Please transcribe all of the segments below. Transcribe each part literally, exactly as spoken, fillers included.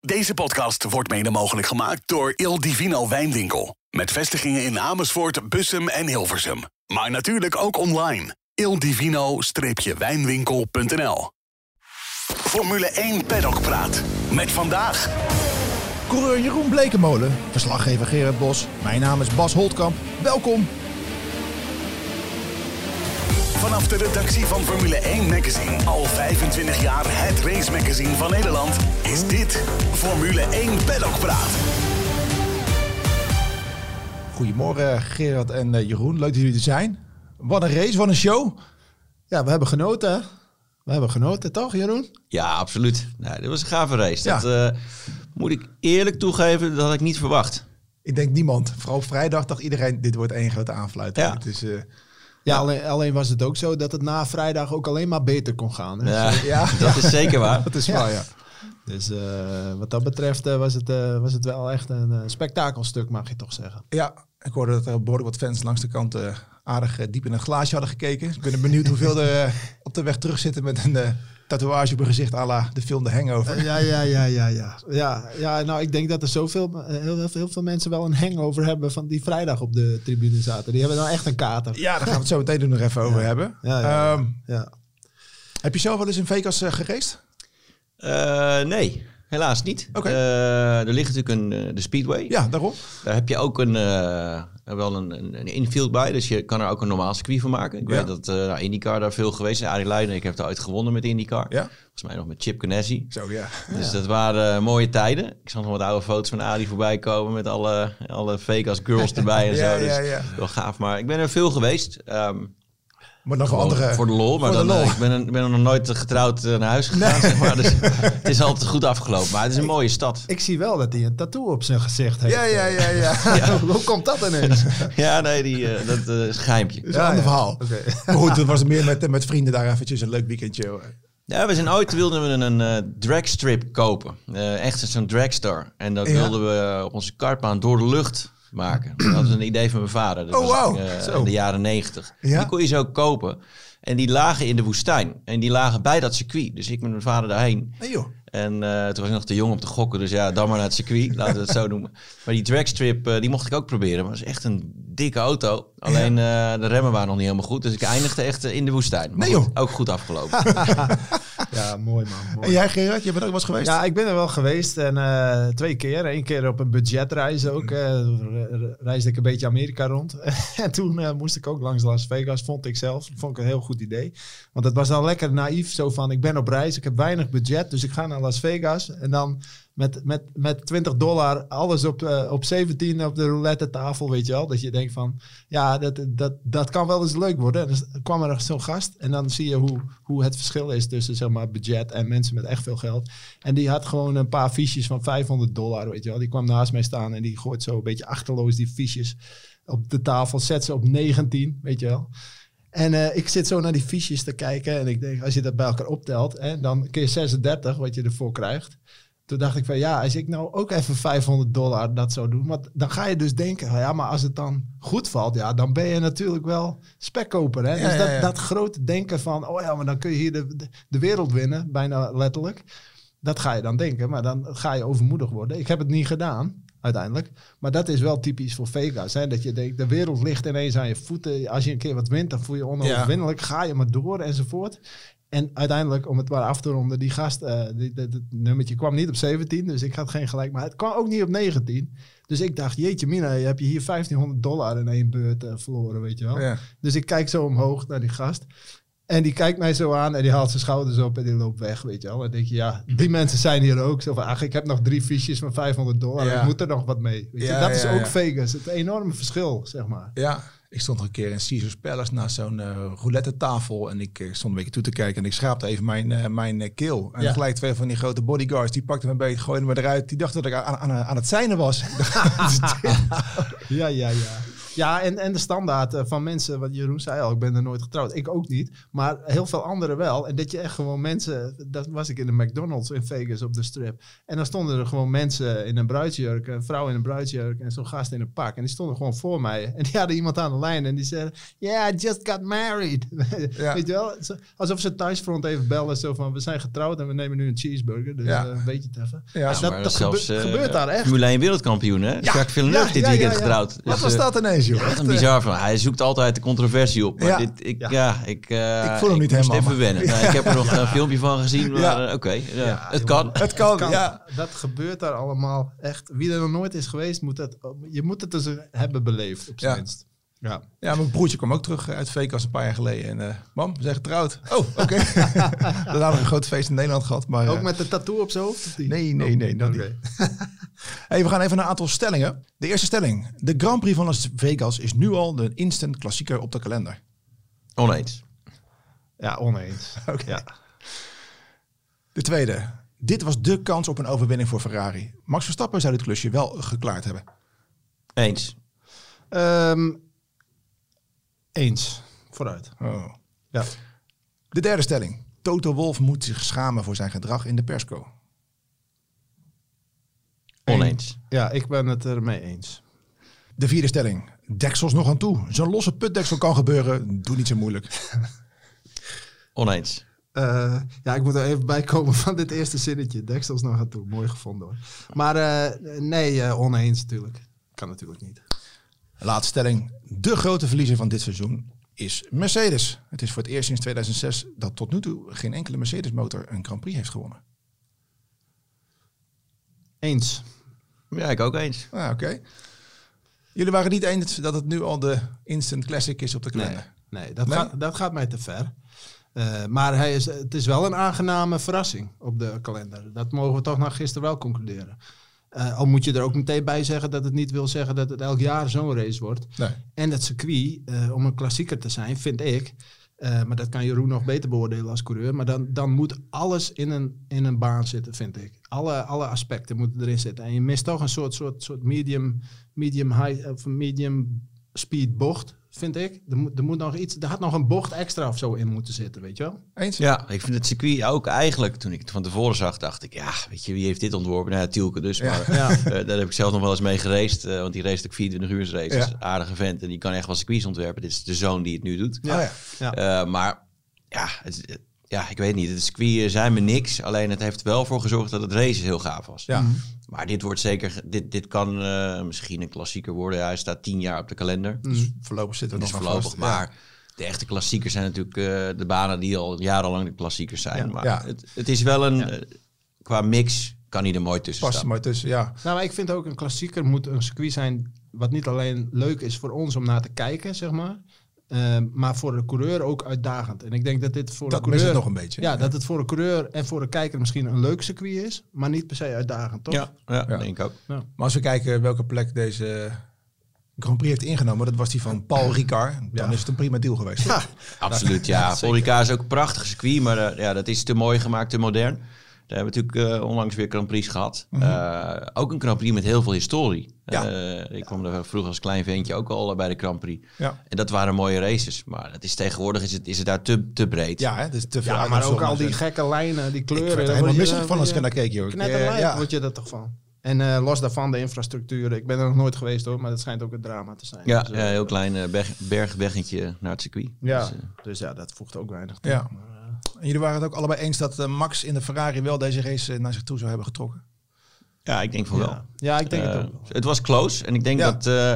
Deze podcast wordt mede mogelijk gemaakt door Il Divino Wijnwinkel. Met vestigingen in Amersfoort, Bussum en Hilversum. Maar natuurlijk ook online. il divino wijnwinkel punt n l. Formule één Paddock Praat. Met vandaag... Coureur Jeroen Blekemolen, verslaggever Gerard Bos. Mijn naam is Bas Holtkamp. Welkom. Vanaf de redactie van Formule één Magazine, al vijfentwintig jaar het race magazine van Nederland, is dit Formule één Paddock Praat. Goedemorgen Gerard en uh, Jeroen, leuk dat jullie er zijn. Wat een race, wat een show. Ja, we hebben genoten. We hebben genoten, toch Jeroen? Ja, absoluut. Nou, dit was een gave race. Ja. Dat uh, moet ik eerlijk toegeven, dat had ik niet verwacht. Ik denk niemand. Vooral op vrijdag dacht iedereen, dit wordt één grote aanfluiting. Ja. Het is... Uh, Ja, alleen, alleen was het ook zo dat het na vrijdag ook alleen maar beter kon gaan. Hè? Ja, Dus, ja. dat is zeker waar. dat is waar, ja. dus uh, wat dat betreft uh, was, het, uh, was het wel echt een uh, spektakelstuk, mag je toch zeggen. Ja, ik hoorde dat er behoorlijk wat fans langs de kant uh, aardig uh, diep in een glaasje hadden gekeken. Ik ben benieuwd hoeveel er uh, op de weg terug zitten met een uh, tatoeage op hun gezicht à la de film The Hangover. Uh, ja, ja, ja, ja, ja, ja. Ja, nou, ik denk dat er zoveel, uh, heel, heel, heel veel mensen wel een hangover hebben van die vrijdag op de tribune zaten. Die hebben dan echt een kater. Ja, daar gaan we het zo meteen nog even over ja. hebben. Ja, ja, um, ja. Heb je zelf wel eens in Vegas uh, geraced? Uh, nee, helaas niet. Okay. Uh, er ligt natuurlijk een, uh, de Speedway. Ja, daarom. Daar heb je ook een, uh, wel een, een, een infield bij, dus je kan er ook een normaal circuit van maken. Ik ja. weet dat uh, nou, IndyCar daar veel geweest is. Arie Luijden, ik heb daar ooit gewonnen met IndyCar. Ja. Volgens mij nog met Chip Ganassi. Zo, ja. Dus ja. dat waren uh, mooie tijden. Ik zag nog wat oude foto's van Arie voorbij komen met alle, alle Vegas girls erbij en ja, zo. Dus ja, ja. wel gaaf. Maar ik ben er veel geweest. Um, Maar nog Gewoon andere... voor de lol, maar voor de dan, lol. uh, ik ben, een, ben er nog nooit getrouwd uh, naar huis gegaan, nee. zeg maar. Dus het is altijd goed afgelopen, maar het is een mooie stad. Ik zie wel dat hij een tattoo op zijn gezicht heeft. Ja, ja, ja, ja. ja. Hoe komt dat ineens? Ja, nee, die, uh, dat uh, is een geheimpje. Dat is een ander ja. verhaal. Okay. Maar goed, toen was het meer met, met vrienden daar eventjes een leuk weekendje. Ja, we zijn ooit, wilden we een uh, dragstrip kopen. Uh, echt zo'n dragstar. En dat ja. wilden we op onze kartbaan door de lucht maken. Dat was een idee van mijn vader. Dat oh, was wow. uh, Zo. in de jaren negentig. Ja? Die kon je zo kopen. En die lagen in de woestijn. En die lagen bij dat circuit. Dus ik met mijn vader daarheen. Nee joh. En uh, toen was ik nog te jong om te gokken. Dus ja, dan maar naar het circuit. Laten we het zo noemen. Maar die dragstrip, uh, die mocht ik ook proberen. Maar dat is echt een dikke auto. Alleen uh, de remmen waren nog niet helemaal goed. Dus ik eindigde echt uh, in de woestijn. Maar nee, goed, joh. ook goed afgelopen. Ja, mooi man. Mooi. En jij Gerard, je bent ook wel eens geweest? Ja, ik ben er wel geweest. En uh, twee keer. Eén keer op een budgetreis ook. Uh, reisde ik een beetje Amerika rond. En toen uh, moest ik ook langs Las Vegas, vond ik zelf. Vond ik een heel goed idee. Want het was dan lekker naïef. Zo van, ik ben op reis, ik heb weinig budget. Dus ik ga naar Las Vegas. En dan met, met, met twintig dollar alles op, uh, op zeventien op de roulette tafel, weet je wel. Dat je denkt van, ja, dat, dat, dat kan wel eens leuk worden. En dan kwam er zo'n gast. En dan zie je hoe, hoe het verschil is tussen, zeg maar, budget en mensen met echt veel geld. En die had gewoon een paar fiches van vijfhonderd dollar, weet je wel. Die kwam naast mij staan en die gooit zo een beetje achterloos die fiches op de tafel. Zet ze op negentien, weet je wel. En uh, ik zit zo naar die fiches te kijken. En ik denk, als je dat bij elkaar optelt, hè, dan kun je zesendertig wat je ervoor krijgt. Toen dacht ik van, ja, als ik nou ook even vijfhonderd dollar dat zou doen. Want dan ga je dus denken, ja, maar als het dan goed valt, ja, dan ben je natuurlijk wel spekkoper. Hè? Ja, dus dat, ja, ja. dat grote denken van, oh ja, maar dan kun je hier de, de, de wereld winnen, bijna letterlijk. Dat ga je dan denken, maar dan ga je overmoedig worden. Ik heb het niet gedaan, uiteindelijk. Maar dat is wel typisch voor Vegas. Hè? Dat je denkt, de wereld ligt ineens aan je voeten. Als je een keer wat wint, dan voel je onoverwinnelijk. Ja. Ga je maar door, enzovoort. En uiteindelijk, om het maar af te ronden, die gast, uh, die, die, die, het nummertje kwam niet op zeventien, dus ik had geen gelijk. Maar het kwam ook niet op negentien. Dus ik dacht, jeetje mina, je hebt je hier vijftienhonderd dollar in één beurt uh, verloren, weet je wel. Ja. Dus ik kijk zo omhoog naar die gast. En die kijkt mij zo aan en die haalt zijn schouders op en die loopt weg, weet je wel. En dan denk je, ja, die mensen zijn hier ook. Zo van, ach, ik heb nog drie fiches van vijfhonderd dollar, ja. Ik moet er nog wat mee. Weet je? Ja, dat ja, is ook ja. Vegas, het enorme verschil, zeg maar. Ja, ik stond nog een keer in Caesars Palace naast zo'n uh, roulette tafel en ik uh, stond een beetje toe te kijken en ik schraapte even mijn, uh, mijn uh, keel. En ja. gelijk twee van die grote bodyguards, die pakten me een beetje, gooiden me eruit. Die dachten dat ik aan, aan, aan het seinen was. ja, ja, ja. Ja, en, en de standaard uh, van mensen, wat Jeroen zei al, ik ben er nooit getrouwd. Ik ook niet, maar heel veel anderen wel. En dat je echt gewoon mensen, dat was ik in de McDonald's in Vegas op de Strip. En dan stonden er gewoon mensen in een bruidsjurk, een vrouw in een bruidsjurk en zo'n gast in een pak. En die stonden gewoon voor mij. En die hadden iemand aan de lijn en die zei, yeah, I just got married. Ja. Weet je wel? Alsof ze thuisfront even bellen, zo van, we zijn getrouwd en we nemen nu een cheeseburger. Dus ja. uh, weet je het even. Ja, ja, dus dat, maar dat zelfs, gebe- uh, gebeurt daar echt. Formule één wereldkampioen, hè? Ja. Jacques Villeneuve Ja, dit ja, weekend ja, ja. getrouwd. Wat Dus, was uh, dat ineens, joh? Wat een bizar van. Hij zoekt altijd de controversie op. Maar Ja. dit, ik, ja. Ja. Ja, ik, uh, Ik voel hem niet ik moest helemaal, even wennen. maar- Nou, ik heb er nog een filmpje van gezien. Maar Ja. uh, oké, okay, ja, Ja, het jongen. kan. Het kan, Kan. ja. Dat gebeurt daar allemaal echt. Wie er nog nooit is geweest, moet dat, je moet het dus hebben beleefd, op zijn Ja. minst. Ja. Ja, mijn broertje kwam ook terug uit Vegas een paar jaar geleden. En uh, mam, we zijn getrouwd. Oh, oké. Okay. Daarna nog een groot feest in Nederland gehad. Maar, uh, Ook met de tattoo op zijn hoofd? Of die? Nee, nee, nee. Dat Oké. niet. Hey, we gaan even naar een aantal stellingen. De eerste stelling. De Grand Prix van Las Vegas is nu al de instant klassieker op de kalender. Oneens. Ja, oneens. Oké. Ja. De tweede. Dit was de kans op een overwinning voor Ferrari. Max Verstappen zou dit klusje wel geklaard hebben. Eens. Um, eens. Vooruit. Oh. Ja. De derde stelling. Toto Wolff moet zich schamen voor zijn gedrag in de persco. Oneens. Ja, ik ben het ermee eens. De vierde stelling. Deksels nog aan toe. Zo'n losse putdeksel kan gebeuren. Doe niet zo moeilijk. Oneens. Uh, ja, ik moet er even bij komen van dit eerste zinnetje. Deksels nog aan toe. Mooi gevonden hoor. Maar uh, nee, uh, oneens natuurlijk. Kan natuurlijk niet. Laatste stelling. De grote verliezer van dit seizoen is Mercedes. Het is voor het eerst sinds tweeduizend zes dat tot nu toe geen enkele Mercedes motor een Grand Prix heeft gewonnen. Eens. Ja, ik ook eens. Ah, oké. Okay. Jullie waren niet eens dat het nu al de instant classic is op de kalender? Nee, nee, dat, Nee? Gaat, dat gaat mij te ver. Uh, maar hij is, het is wel een aangename verrassing op de kalender. Dat mogen we toch nog gisteren wel concluderen. Uh, al moet je er ook meteen bij zeggen dat het niet wil zeggen dat het elk jaar zo'n race wordt. Nee. En dat circuit, uh, om een klassieker te zijn, vind ik... Uh, maar dat kan Jeroen nog beter beoordelen als coureur. Maar dan, dan moet alles in een, in een baan zitten, vind ik. Alle, alle aspecten moeten erin zitten. En je mist toch een soort, soort, soort medium, medium high of medium speed bocht, vind ik. Er moet, er moet nog iets, er had nog een bocht extra of zo in moeten zitten, weet je wel? Eens? Ja, ik vind het circuit ook eigenlijk, toen ik het van tevoren zag, dacht ik, ja, weet je, wie heeft dit ontworpen? Nou ja, Tielke dus, Ja. maar Ja. uh, daar heb ik zelf nog wel eens mee geraced, uh, want die race ook vierentwintig uur race, Ja. dus aardige vent en die kan echt wel circuits ontwerpen. Dit is de zoon die het nu doet. Ja. Oh, ja. Ja. Uh, maar ja, het, ja, ik weet niet, het circuit zijn me niks, alleen het heeft wel voor gezorgd dat het race heel gaaf was. Ja. Maar dit wordt zeker, dit, dit kan uh, misschien een klassieker worden. Hij staat tien jaar op de kalender. Dus voorlopig zitten we Dat is nog aan voorlopig, vast. maar de echte klassiekers zijn natuurlijk uh, de banen die al jarenlang de klassiekers zijn. Ja. Maar Ja. Het, het is wel een, Ja. uh, qua mix kan hij er mooi tussen Past er staan. maar tussen, ja. Nou, maar ik vind ook een klassieker moet een circuit zijn wat niet alleen leuk is voor ons om naar te kijken, zeg maar. Uh, maar voor de coureur ook uitdagend. En ik denk dat dit voor Dat de coureur... mist het nog een beetje. Ja, dat het voor de coureur en voor de kijker misschien een leuk circuit is, maar niet per se uitdagend, toch? Ja, ja, Ja. denk ik ook. Maar als we kijken welke plek deze Grand Prix heeft ingenomen, dat was die van Paul Ricard. Dan Ja. is het een prima deal geweest. Ja. Absoluut, ja. Paul Ricard is ook een prachtig circuit, maar uh, ja, dat is te mooi gemaakt, te modern. Daar hebben we natuurlijk uh, onlangs weer Grand Prix gehad. Mhm. Uh, ook een Grand Prix met heel veel historie. Ja. Uh, ik kwam er vroeger als klein ventje ook al bij de Grand Prix. Ja, En dat waren mooie races. Maar het is tegenwoordig is het, is het daar te, te breed. ja hè, dus te veel Ja, uit- maar ook zomaar al die zeggen. gekke lijnen, die Ik kleuren. werd er daar helemaal word je- misselijk van als ik er naar keek, joh. Ik, eh, Knetterlijp ja. word je er toch van. En uh, los daarvan de infrastructuur. Ik ben er nog nooit geweest hoor, maar dat schijnt ook een drama te zijn. Ja, Dus, uh, ja, heel klein uh, berg, bergweggetje naar het circuit. Ja, Dus, uh, dus ja, dat voegt ook weinig toe. Ja. Maar, uh, En jullie waren het ook allebei eens dat uh, Max in de Ferrari wel deze race uh, naar zich toe zou hebben getrokken? ja, ik denk van wel. ja. ja, ik denk Uh, het ook wel. Het was close. En ik denk Ja. dat uh,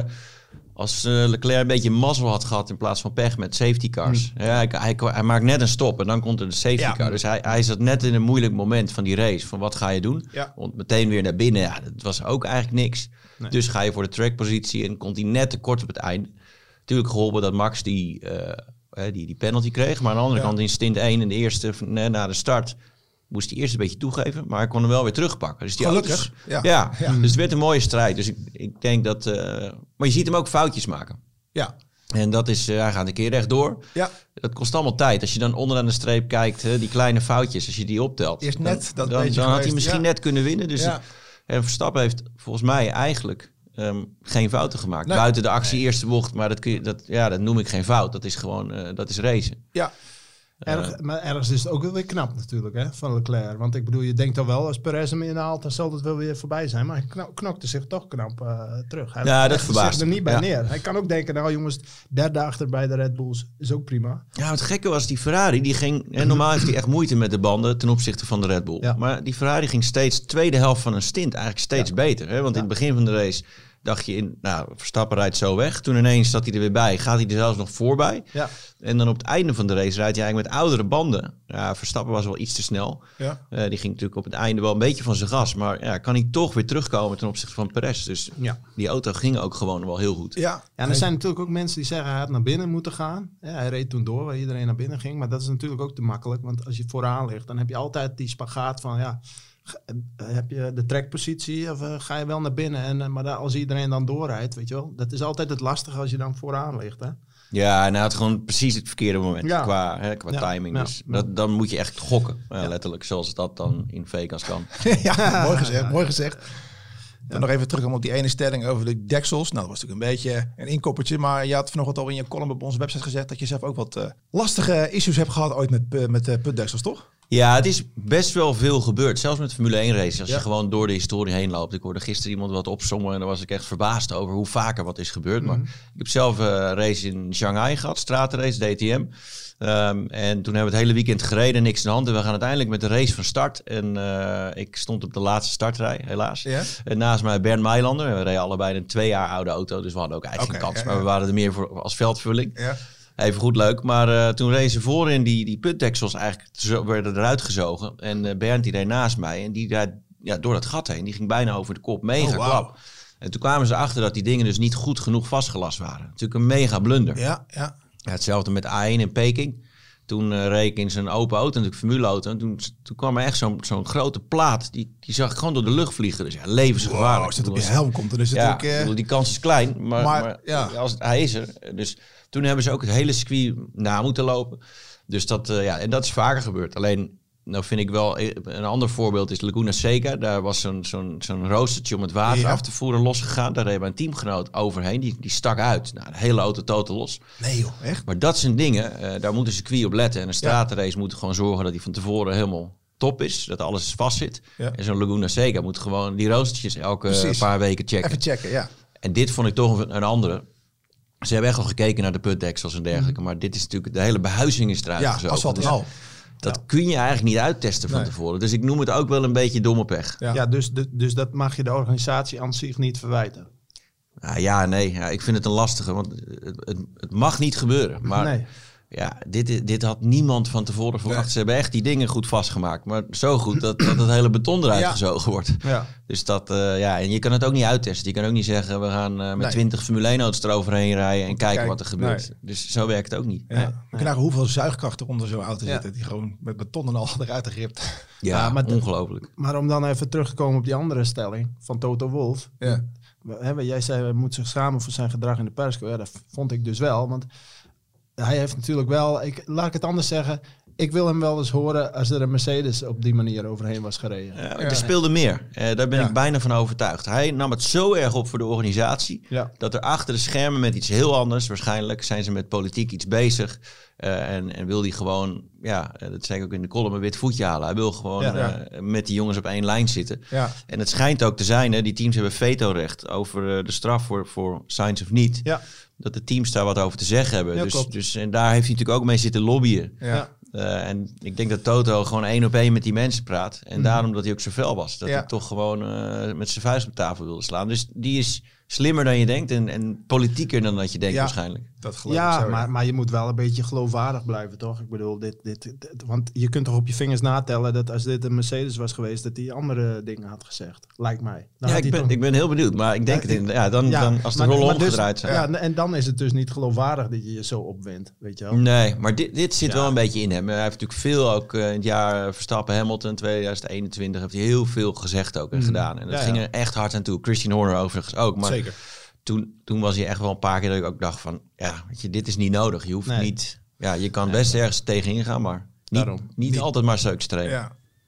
als uh, Leclerc een beetje mazzel had gehad in plaats van pech met safety cars. Ja, hij, hij, hij maakt net een stop en dan komt er de safety Ja. car. Dus hij, hij zat net in een moeilijk moment van die race. Van wat ga je doen? Ja. Want meteen weer naar binnen. Ja, dat was ook eigenlijk niks. Nee. Dus ga je voor de trackpositie en komt hij net te kort op het einde. Natuurlijk geholpen dat Max die, uh, die, die penalty kreeg. Maar aan de andere Ja. kant in stint één in de eerste nee, na de start moest hij eerst een beetje toegeven. Maar hij kon hem wel weer terugpakken. Dus die Gelukkig, auto's, ja. ja. Ja. Dus het werd een mooie strijd. Dus ik, ik denk dat... Uh, maar je ziet hem ook foutjes maken. Ja, En dat is, uh, hij gaat een keer rechtdoor. ja. Dat kost allemaal tijd. Als je dan onderaan de streep kijkt, hè, die kleine foutjes, als je die optelt. Eerst dan- net dat dan, beetje dan had hij geweest, misschien ja. net kunnen winnen. Dus Ja. en Verstappen heeft volgens mij eigenlijk um, geen fouten gemaakt. Nee. Buiten de actie Nee. eerste bocht, maar dat, kun je, dat, ja, dat noem ik geen fout. Dat is gewoon, uh, dat is racen. Ja. Erg, maar ergens is het ook wel weer knap natuurlijk, hè, van Leclerc. Want ik bedoel, je denkt dan wel, als Perez hem inhaalt, dan zal het wel weer voorbij zijn. Maar hij kno- knokte zich toch knap uh, terug. Hij Ja, dat legde verbaast zich er me. niet bij Ja. neer. Hij kan ook denken, nou jongens, derde achter bij de Red Bulls is ook prima. Ja, het gekke was, die Ferrari, die ging... Hè, normaal heeft hij echt moeite met de banden ten opzichte van de Red Bull. Ja. Maar die Ferrari ging steeds, tweede helft van een stint, eigenlijk steeds Ja. beter. Hè? Want in het begin van de race dacht je, in, nou, Verstappen rijdt zo weg. Toen ineens zat hij er weer bij, gaat hij er zelfs nog voorbij. Ja. En dan op het einde van de race rijdt hij eigenlijk met oudere banden. Ja, Verstappen was wel iets te snel. Ja. Uh, die ging natuurlijk op het einde wel een beetje van zijn gas. Maar ja, kan hij toch weer terugkomen ten opzichte van Perez. Dus Ja. die auto ging ook gewoon wel heel goed. Ja. Ja, en er zijn natuurlijk ook mensen die zeggen hij had naar binnen moeten gaan. Ja, hij reed toen door waar iedereen naar binnen ging. Maar dat is natuurlijk ook te makkelijk. Want als je vooraan ligt, dan heb je altijd die spagaat van... ja, g- uh, heb je de trekpositie of uh, ga je wel naar binnen? En, uh, maar da- als iedereen dan doorrijdt, weet je wel. Dat is altijd het lastige als je dan vooraan ligt, hè? Ja, en hij had gewoon precies het verkeerde moment Ja. qua, hè, qua Ja, timing. ja, Dus ja. dat, dan moet je echt gokken, ja, Ja. letterlijk. Zoals dat dan in Vegas kan. ja, mooi gezegd, mooi gezegd. Dan nog even terug om op die ene stelling over de deksels. Nou, dat was natuurlijk een beetje een inkoppertje. Maar je had vanochtend al in je column op onze website gezegd... dat je zelf ook wat uh, lastige issues hebt gehad ooit met, uh, met uh, putdeksels, toch? Ja, het is best wel veel gebeurd. Zelfs met Formule één races. Als Ja. je gewoon door de historie heen loopt. Ik hoorde gisteren iemand wat opzommen. En daar was ik echt verbaasd over hoe vaker wat is gebeurd. Mm-hmm. Maar ik heb zelf een race in Shanghai gehad. Stratenrace, D T M. Um, en toen hebben we het hele weekend gereden. Niks aan de hand. En we gaan uiteindelijk met de race van start. En uh, ik stond op de laatste startrij, helaas. Ja. En naast mij Bernd Meilander. We reden allebei een twee jaar oude auto. Dus we hadden ook eigenlijk Oké, geen kans. ja, Maar ja. we waren er meer voor als veldvulling. Ja. Even goed leuk, maar uh, toen reed ze voorin die, die putdeksels eigenlijk zo, werden eruit gezogen. En uh, Bernd die reed naast mij en die rijd ja, door dat gat heen. Die ging bijna over de kop, mega Oh, wauw. klap. En toen kwamen ze achter dat die dingen dus niet goed genoeg vastgelast waren. Natuurlijk een mega blunder. Ja, ja. Ja, hetzelfde met A één in Peking. Toen uh, reed ik in zijn open auto, natuurlijk formuleauto. En toen, toen kwam er echt zo'n zo'n grote plaat. Die, die zag ik gewoon door de lucht vliegen. Dus ja, levensgevaarlijk. Wow, als het op je Ik helm komt, dan is het ja, natuurlijk... ik Uh, bedoel, die kans is klein, maar, Maar, maar, ja. als het, hij is er. Dus toen hebben ze ook het hele circuit na moeten lopen. Dus dat, uh, ja, en dat is vaker gebeurd. Alleen, nou vind ik wel, een ander voorbeeld is Laguna Seca. Daar was zo'n zo'n zo'n roostertje om het water Ja. af te voeren losgegaan. Daar reed mijn teamgenoot overheen. Die, die stak uit. Nou, de hele auto totaal los. nee joh, echt? Maar dat zijn dingen, uh, daar moet een circuit op letten. En een stratenrace moet gewoon zorgen dat hij van tevoren helemaal top is. Dat alles vast zit. Ja. En zo'n Laguna Seca moet gewoon die roostertjes elke Precies. paar weken checken. Even checken, ja. En dit vond ik toch een, een andere. Ze hebben echt al gekeken naar de putdeksels en dergelijke. Maar dit is natuurlijk, de hele behuizing is eruit Ja, gezogen. asfalt en Dus al. dat kun je eigenlijk niet uittesten van Nee. tevoren. Dus ik noem het ook wel een beetje domme pech. Ja. Ja, dus, de, dus dat mag je de organisatie aan zich niet verwijten. Nou, ja, nee. Ja, ik vind het een lastige. Want het, het, het mag niet gebeuren. Maar nee. ja, dit, dit had niemand van tevoren verwacht. Nee. Ze hebben echt die dingen goed vastgemaakt. Maar zo goed dat, dat het hele beton eruit Ja. gezogen wordt. Ja. Dus dat, uh, ja, en je kan het ook niet uittesten. Je kan ook niet zeggen, we gaan uh, met Nee. twintig Formule één auto's eroverheen rijden en kijken Kijk, wat er gebeurt. nee. Dus zo werkt het ook niet. Ja. Nee. We kunnen nagaan hoeveel zuigkracht er onder zo'n auto Ja. zitten. Die gewoon met beton en al eruit gegript. Ja, Ja, maar de- ongelooflijk. Maar om dan even terug te komen op die andere stelling van Toto Wolff. Ja. Hè, wat jij zei, hij moet zich schamen voor zijn gedrag in de persco. Ja, dat vond ik dus wel. Want hij heeft natuurlijk wel... Ik, laat ik het anders zeggen. Ik wil hem wel eens horen als er een Mercedes op die manier overheen was gereden. Ja, Ja. Er speelde meer. Uh, daar ben Ja. ik bijna van overtuigd. Hij nam het zo erg op voor de organisatie... Ja. dat er achter de schermen met iets heel anders... waarschijnlijk zijn ze met politiek iets bezig... Uh, en, en wil hij gewoon, ja, uh, dat zei ik ook in de column, een wit voetje halen. Hij wil gewoon Ja, ja. uh, met die jongens op één lijn zitten. Ja. En het schijnt ook te zijn, hè, die teams hebben vetorecht over uh, de straf voor, voor Sainz of niet. Ja. Dat de teams daar wat over te zeggen hebben. Ja, dus, klopt. dus, en daar heeft hij natuurlijk ook mee zitten lobbyen. Ja. Ja. Uh, en ik denk dat Toto gewoon één op één met die mensen praat. En daarom dat hij ook zo fel was. Dat Ja. hij toch gewoon uh, met zijn vuist op tafel wilde slaan. Dus die is slimmer dan je denkt en, en politieker dan dat je denkt Ja. waarschijnlijk. Dat geloof ik Ja, zo, maar, maar je moet wel een beetje geloofwaardig blijven, toch? Ik bedoel, dit, dit, dit, want je kunt toch op je vingers natellen dat als dit een Mercedes was geweest, dat hij andere dingen had gezegd. Lijkt mij. Dan Ja, had ik hij ben, toch- ik ben heel benieuwd. Maar ik denk Ja, het in, ja, dan, Ja, dan als de maar- rollen maar dus- omgedraaid zijn. Ja, en dan is het dus niet geloofwaardig dat je je zo opwindt, weet je wel? Nee, maar dit, dit zit Ja. wel een beetje in hem. Hij heeft natuurlijk veel ook uh, in het jaar Verstappen, Hamilton tweeduizend eenentwintig... heeft hij heel veel gezegd ook en Mm. gedaan. En dat Ja, ging ja. er echt hard aan toe. Christian Horner overigens ook. Maar Zeker. toen, toen was hij echt wel een paar keer dat ik ook dacht van... ja, weet je, dit is niet nodig. Je hoeft Nee. niet... Ja, je kan best ergens tegenin gaan, maar niet, Daarom. niet, Niet- altijd maar zo extreem. Ja.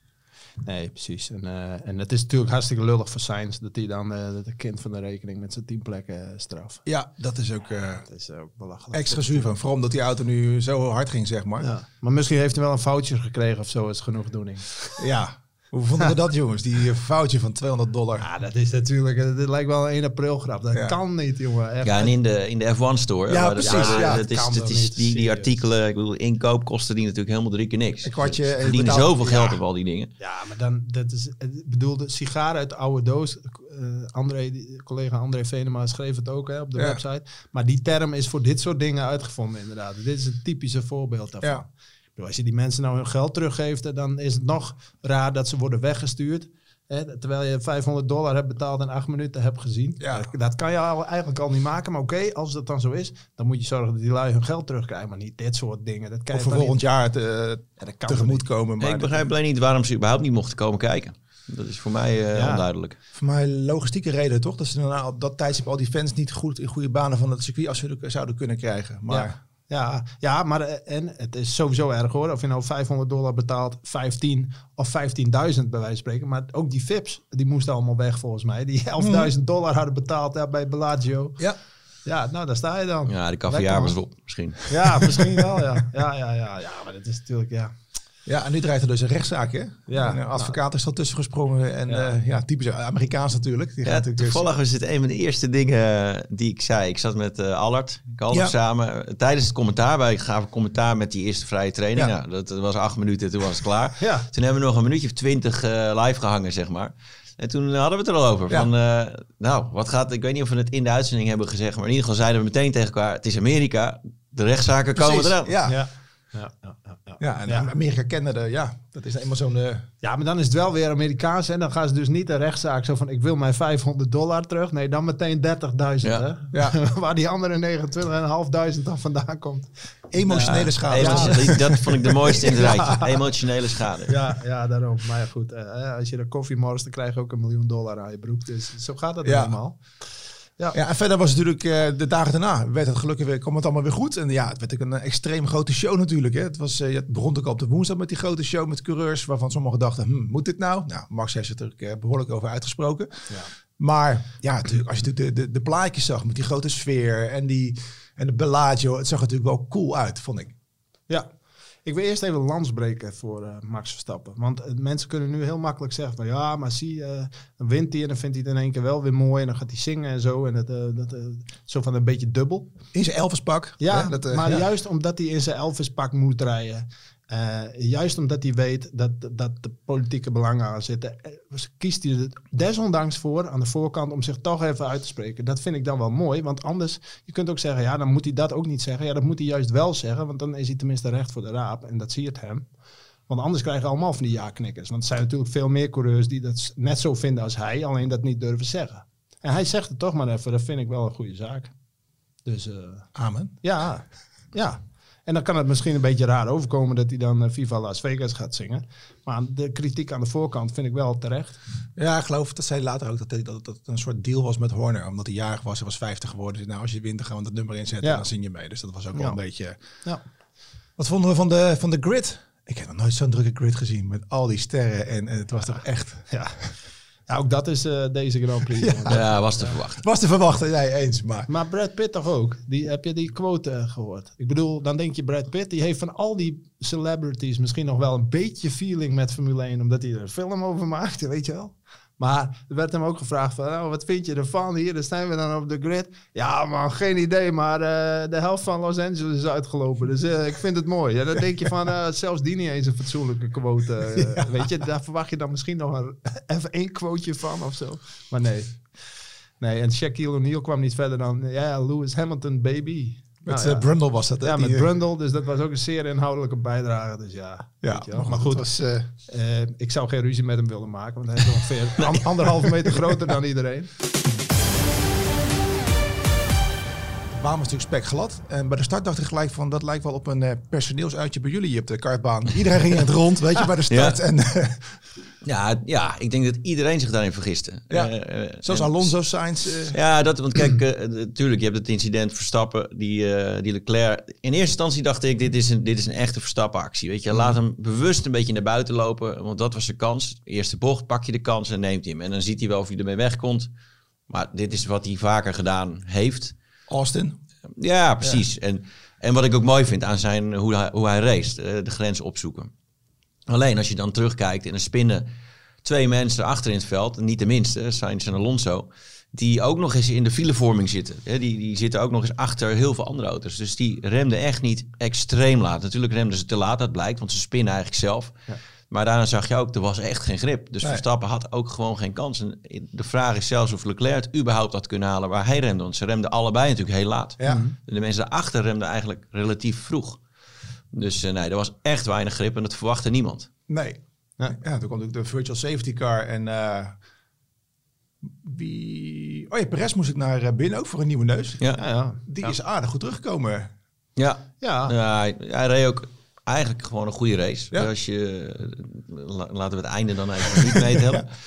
Nee, precies. En, uh, en het is natuurlijk hartstikke lullig voor Sainz dat hij dan uh, het kind van de rekening met zijn tien plekken uh, straf. Ja, dat is ook, uh, dat is ook belachelijk. Extra zuur van. Vooral omdat die auto nu zo hard ging, zeg maar. Ja. Maar misschien heeft hij wel een foutje gekregen of zo, is genoegdoening. Ja. Hoe vonden we dat, jongens? Die foutje van tweehonderd dollar. Ja, dat is natuurlijk... Dit lijkt wel een één april grap. Dat ja. kan niet, jongen. Echt. Ja, en in de, in de F één store. Ja, precies. Dat, ja, dat, is, dat is die, die artikelen, ik bedoel, inkoop kosten die natuurlijk helemaal drie keer niks. Een kwartje. Ze verdienen zoveel geld ja. op al die dingen. Ja, maar dan... Dat is, ik bedoel, de sigaren uit de oude doos. Uh, André, die, collega André Venema schreef het ook hè, op de ja. website. Maar die term is voor dit soort dingen uitgevonden, inderdaad. Dit is een typische voorbeeld daarvan. Ja. Als je die mensen nou hun geld teruggeeft, dan is het nog raar dat ze worden weggestuurd. Hè, terwijl je vijfhonderd dollar hebt betaald en acht minuten hebt gezien. Ja. Dat, dat kan je al, eigenlijk al niet maken. Maar oké, okay, als dat dan zo is, dan moet je zorgen dat die lui hun geld terugkrijgen. Maar niet dit soort dingen. Dat kan of voor volgend jaar te, ja, dat kan tegemoet komen. Maar ik begrijp alleen niet waarom ze überhaupt niet mochten komen kijken. Dat is voor mij uh, ja. onduidelijk. Voor mij logistieke reden toch? Dat ze dan op dat tijdstip al die fans niet goed in goede banen van het circuit als ze zouden kunnen krijgen. Maar... Ja. Ja, ja, maar en het is sowieso erg hoor. Of je nou vijfhonderd dollar betaalt, vijftien of vijftienduizend bij wijze van spreken. Maar ook die V I P's, die moesten allemaal weg volgens mij. Die elfduizend dollar hadden betaald ja, bij Bellagio. Ja. Ja, nou daar sta je dan. Ja, de caviar was op misschien. Ja, misschien wel ja. Ja, ja, ja. Ja, maar dat is natuurlijk ja... Ja, en nu draait er dus een rechtszaak, hè? Ja, een advocaat nou. is al tussen gesprongen. En ja, uh, ja typisch Amerikaans natuurlijk. Die ja, gaat natuurlijk toevallig was het een van de eerste dingen die ik zei. Ik zat met uh, Allard, Kalder ja. samen. Tijdens het commentaar, wij gaven commentaar met die eerste vrije training. Ja. Nou, dat, dat was acht minuten, toen was het klaar. Ja. Toen hebben we nog een minuutje of twintig uh, live gehangen, zeg maar. En toen hadden we het er al over. Ja. Van, uh, nou, wat gaat... Ik weet niet of we het in de uitzending hebben gezegd. Maar in ieder geval zeiden we meteen tegen elkaar... Het is Amerika. De rechtszaken Precies, komen eraan. Ja. Ja. Ja, ja, ja, ja. ja, en ja. Amerika kende de, ja, dat is eenmaal zo'n... Uh... Ja, maar dan is het wel weer Amerikaans en dan gaan ze dus niet een rechtszaak zo van ik wil mijn vijfhonderd dollar terug. Nee, dan meteen dertigduizend, ja. hè? Ja. Waar die andere negenentwintig vijfhonderd dan vandaan komt. Emotionele ja. schade. Ja. Dat vond ik de mooiste in het rijtje. Ja. Emotionele schade. Ja, ja, daarom. Maar ja, goed, uh, als je de koffie morst, dan krijg je ook een miljoen dollar aan je broek. Dus zo gaat het ja. helemaal. Ja. ja, en verder was het natuurlijk uh, de dagen daarna werd het gelukkig weer, kwam het allemaal weer goed. En ja, het werd ook een extreem grote show natuurlijk. Hè. Het, was, uh, het begon ook op de woensdag met die grote show met coureurs, waarvan sommigen dachten, hm, moet dit nou? Nou, Max heeft er uh, behoorlijk over uitgesproken. Ja. Maar ja, natuurlijk, als je de, de, de plaatjes zag met die grote sfeer en, die, en de Bellagio, het zag er natuurlijk wel cool uit, vond ik. Ja. Ik wil eerst even lans breken voor uh, Max Verstappen. Want uh, mensen kunnen nu heel makkelijk zeggen van ja, maar zie, uh, dan wint hij en dan vindt hij het in één keer wel weer mooi. En dan gaat hij zingen en zo. En dat, uh, dat, uh, zo van een beetje dubbel. In zijn Elvis-pak. Ja, hè, dat, uh, maar ja. juist omdat hij in zijn Elvis-pak moet rijden. Uh, juist omdat hij weet dat, dat de politieke belangen aan zitten, kiest hij er desondanks voor aan de voorkant om zich toch even uit te spreken. Dat vind ik dan wel mooi, want anders, je kunt ook zeggen, ja, dan moet hij dat ook niet zeggen. Ja, dat moet hij juist wel zeggen, want dan is hij tenminste recht voor de raap en dat zie je het hem. Want anders krijgen we allemaal van die ja-knikkers. Want er zijn natuurlijk veel meer coureurs die dat net zo vinden als hij, alleen dat niet durven zeggen. En hij zegt het toch maar even, dat vind ik wel een goede zaak. Dus, uh, Amen. Ja, ja. En dan kan het misschien een beetje raar overkomen dat hij dan uh, Viva Las Vegas gaat zingen. Maar de kritiek aan de voorkant vind ik wel terecht. Ja, ik geloof dat zei later ook dat het dat, dat een soort deal was met Horner. Omdat hij jarig was, hij was vijftig geworden. Dus nou, als je wint, dan gaan we dat nummer inzetten ja. en dan zing je mee. Dus dat was ook ja. wel een beetje... Ja. Wat vonden we van de, van de grid? Ik heb nog nooit zo'n drukke grid gezien met al die sterren. En, en het was toch echt... Ja. Ja, ook dat is uh, deze Grand Prix. Ja, ja was te verwachten. Was te verwachten, nee, eens. Maar, maar Brad Pitt toch ook? Die, heb je die quote uh, gehoord? Ik bedoel, dan denk je Brad Pitt, die heeft van al die celebrities misschien nog wel een beetje feeling met Formule één, omdat hij er een film over maakte, weet je wel? Maar er werd hem ook gevraagd van, nou, wat vind je ervan? Hier, dan staan we dan op de grid. Ja man, geen idee, maar uh, de helft van Los Angeles is uitgelopen. Dus uh, ik vind het mooi. Ja, dan denk je van, uh, zelfs die niet eens een fatsoenlijke quote. Uh, ja. Weet je, daar verwacht je dan misschien nog een, even één quoteje van of zo. Maar nee. Nee, en Shaquille O'Neal kwam niet verder dan, ja, yeah, Lewis Hamilton, baby. Met nou, ja. uh, Brundle was dat. Hè? Ja, die, met Brundle. Dus dat was ook een zeer inhoudelijke bijdrage. Dus ja, ja weet je wel. Maar goed, was, uh... uh, ik zou geen ruzie met hem willen maken. Want hij is ongeveer an- anderhalve meter groter dan iedereen. De baan was natuurlijk spekglad. En bij de start dacht ik gelijk van, dat lijkt wel op een uh, personeelsuitje bij jullie op de kartbaan. Iedereen ging in het rond, weet je, bij de start. Ja. En uh, Ja, ja, ik denk dat iedereen zich daarin vergiste. Ja, uh, zoals en, Alonso, Sainz. Uh. Ja, dat, want kijk, natuurlijk, uh, je hebt het incident Verstappen, die, uh, die Leclerc. In eerste instantie dacht ik, dit is een, dit is een echte Verstappen-actie. Weet je, laat hem bewust een beetje naar buiten lopen, want dat was zijn kans. Eerste bocht, pak je de kans en neemt hij hem. En dan ziet hij wel of hij ermee wegkomt. Maar dit is wat hij vaker gedaan heeft. Austin. Ja, precies. Ja. En, en wat ik ook mooi vind aan zijn, hoe hij, hoe hij race, uh, de grens opzoeken. Alleen als je dan terugkijkt en er spinnen twee mensen achter in het veld, niet de minste, Sainz en Alonso, die ook nog eens in de filevorming zitten. Die, die zitten ook nog eens achter heel veel andere auto's. Dus die remden echt niet extreem laat. Natuurlijk remden ze te laat, dat blijkt, want ze spinnen eigenlijk zelf. Ja. Maar daarna zag je ook, er was echt geen grip. Dus nee. Verstappen had ook gewoon geen kans. En de vraag is zelfs of Leclerc het überhaupt had kunnen halen waar hij remde. Want ze remden allebei natuurlijk heel laat. Ja. En de mensen daarachter remden eigenlijk relatief vroeg. Dus uh, nee, er was echt weinig grip en dat verwachtte niemand. Nee. Ja, ja toen kwam ook de virtual safety car en uh, wie... Oh ja, Perez moest ik naar binnen, ook voor een nieuwe neus. Ja. Ja, ja. Die ja. is aardig goed teruggekomen. Ja, ja. ja hij, hij reed ook eigenlijk gewoon een goede race. Ja. Als je, laten we het einde dan even niet meetellen. ja.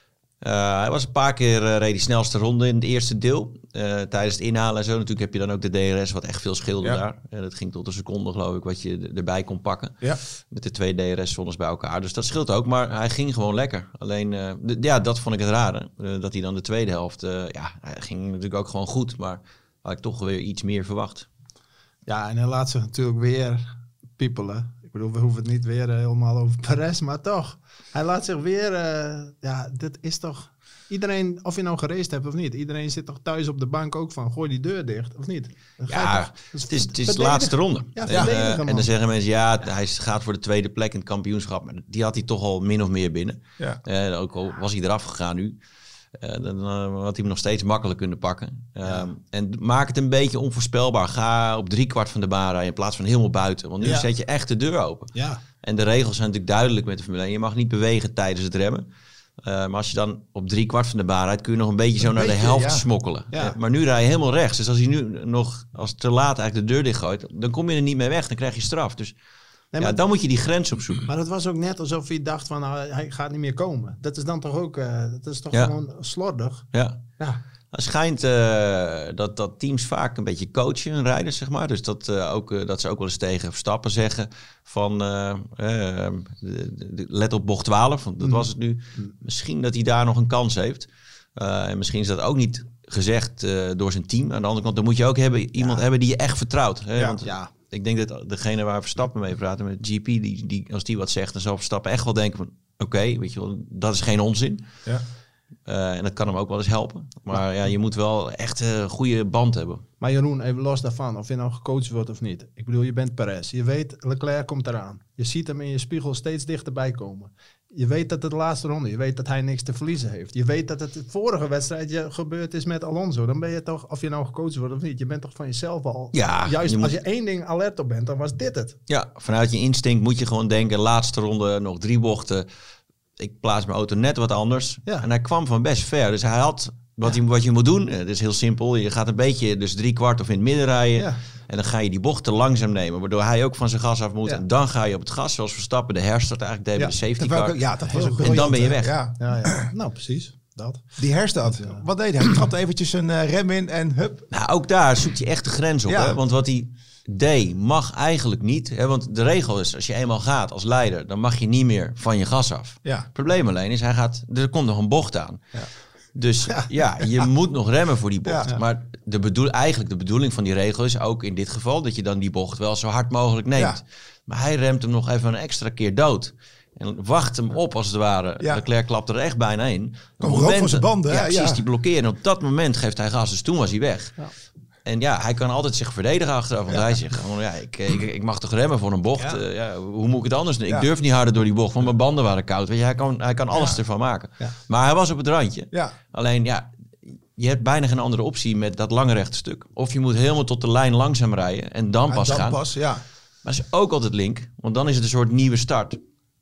Uh, hij was een paar keer uh, reed die snelste ronde in het eerste deel. Uh, tijdens het inhalen en zo. Natuurlijk heb je dan ook de D R S, wat echt veel scheelde ja. daar. Uh, dat ging tot een seconde, geloof ik, wat je d- erbij kon pakken. Ja. Met de twee D R S-zones bij elkaar. Dus dat scheelt ook, maar hij ging gewoon lekker. Alleen, uh, d- ja, dat vond ik het rare. Uh, dat hij dan de tweede helft, uh, ja, hij ging natuurlijk ook gewoon goed. Maar had ik toch weer iets meer verwacht. Ja, en hij laat zich natuurlijk weer piepelen. Ik bedoel, we hoeven het niet weer uh, helemaal over Perez, maar toch. Hij laat zich weer... Uh, ja, dit is toch... Iedereen, of je nou geraced hebt of niet, iedereen zit toch thuis op de bank ook van, gooi die deur dicht, of niet? Ja, toch, dus het is, het is de laatste ronde. Ja, ja, uh, en dan zeggen mensen, ja, hij gaat voor de tweede plek in het kampioenschap. Maar die had hij toch al min of meer binnen. Ja. Uh, ook al was hij eraf gegaan nu. Uh, dan uh, had hij hem nog steeds makkelijk kunnen pakken. Uh, ja. En maak het een beetje onvoorspelbaar. Ga op drie kwart van de baan rijden in plaats van helemaal buiten. Want nu ja. zet je echt de deur open. Ja. En de regels zijn natuurlijk duidelijk met de Formule één. Je mag niet bewegen tijdens het remmen. Uh, maar als je dan op drie kwart van de baan rijdt, kun je nog een beetje zo een naar beetje, de helft ja. smokkelen. Ja. Uh, maar nu rij je helemaal rechts. Dus als hij nu nog als te laat eigenlijk de deur dichtgooit, dan kom je er niet mee weg. Dan krijg je straf. Dus nee, ja, dan moet je die grens opzoeken. Maar dat was ook net alsof hij dacht van, nou, hij gaat niet meer komen. Dat is dan toch ook, uh, dat is toch ja. gewoon slordig. Ja. ja. Het schijnt uh, dat, dat teams vaak een beetje coachen hun rijders, zeg maar. Dus dat, uh, ook, uh, dat ze ook wel eens tegen Verstappen zeggen van uh, uh, de, de, let op bocht twaalf, want dat mm. was het nu. Mm. Misschien dat hij daar nog een kans heeft. Uh, en misschien is dat ook niet gezegd uh, door zijn team. Aan de andere kant, dan moet je ook hebben, iemand ja. hebben die je echt vertrouwt. Hè? Ja. Want ja. ik denk dat degene waar Verstappen mee praten, met G P, die, die, als die wat zegt, dan zal Verstappen echt wel denken van, oké, okay, weet je wel, dat is geen onzin. Ja. Uh, en dat kan hem ook wel eens helpen. Maar ja, je moet wel echt een goede band hebben. Maar Jeroen, even los daarvan, of je nou gecoacht wordt of niet. Ik bedoel, je bent Perez. Je weet, Leclerc komt eraan. Je ziet hem in je spiegel steeds dichterbij komen. Je weet dat het de laatste ronde, je weet dat hij niks te verliezen heeft. Je weet dat het de vorige wedstrijd gebeurd is met Alonso. Dan ben je toch, of je nou gecoacht wordt of niet, je bent toch van jezelf al. Ja, juist je als moet... je één ding alert op bent, dan was dit het. Ja, vanuit je instinct moet je gewoon denken, laatste ronde, nog drie bochten. Ik plaats mijn auto net wat anders. Ja. En hij kwam van best ver. Dus hij had wat, ja. je, wat je moet doen. Het is heel simpel. Je gaat een beetje dus drie kwart of in het midden rijden. Ja. En dan ga je die bochten langzaam nemen. Waardoor hij ook van zijn gas af moet. Ja. En dan ga je op het gas. Zoals Verstappen de herstart eigenlijk deed ja. met de safety car. Ook, ja, dat was ook en dan ben je weg. Ja. Ja, ja. Nou, precies. Dat. Die herstart. Ja. Wat deed hij? Hij trapte eventjes een uh, rem in en hup. Nou, ook daar zoekt hij echt de grens op. Ja. Hè? Want wat hij deed mag eigenlijk niet. Hè? Want de regel is, als je eenmaal gaat als leider, dan mag je niet meer van je gas af. Ja. Het probleem alleen is, hij gaat, er komt nog een bocht aan. Ja. Dus ja, ja je moet nog remmen voor die bocht. Ja. Maar de bedoel, eigenlijk de bedoeling van die regel is ook in dit geval dat je dan die bocht wel zo hard mogelijk neemt. Ja. Maar hij remt hem nog even een extra keer dood. En wacht hem op als het ware. Ja. Leclerc klapt er echt bijna in. Kom rook van zijn banden. Ja, precies, ja. die blokkeren. En op dat moment geeft hij gas. Dus toen was hij weg. Ja. En ja, hij kan altijd zich verdedigen achteraf. Want ja. hij zegt gewoon, ja, ik, ik, ik mag toch remmen voor een bocht. Ja. Uh, ja, hoe moet ik het anders doen? Ja. Ik durf niet harder door die bocht, want mijn banden waren koud. Weet je, hij kan, hij kan alles ja. ervan maken. Ja. Maar hij was op het randje. Ja. Alleen, ja, je hebt bijna geen andere optie met dat lange rechte stuk. Of je moet helemaal tot de lijn langzaam rijden en dan pas en dan gaan. Pas, ja. Maar dat is ook altijd link, want dan is het een soort nieuwe start.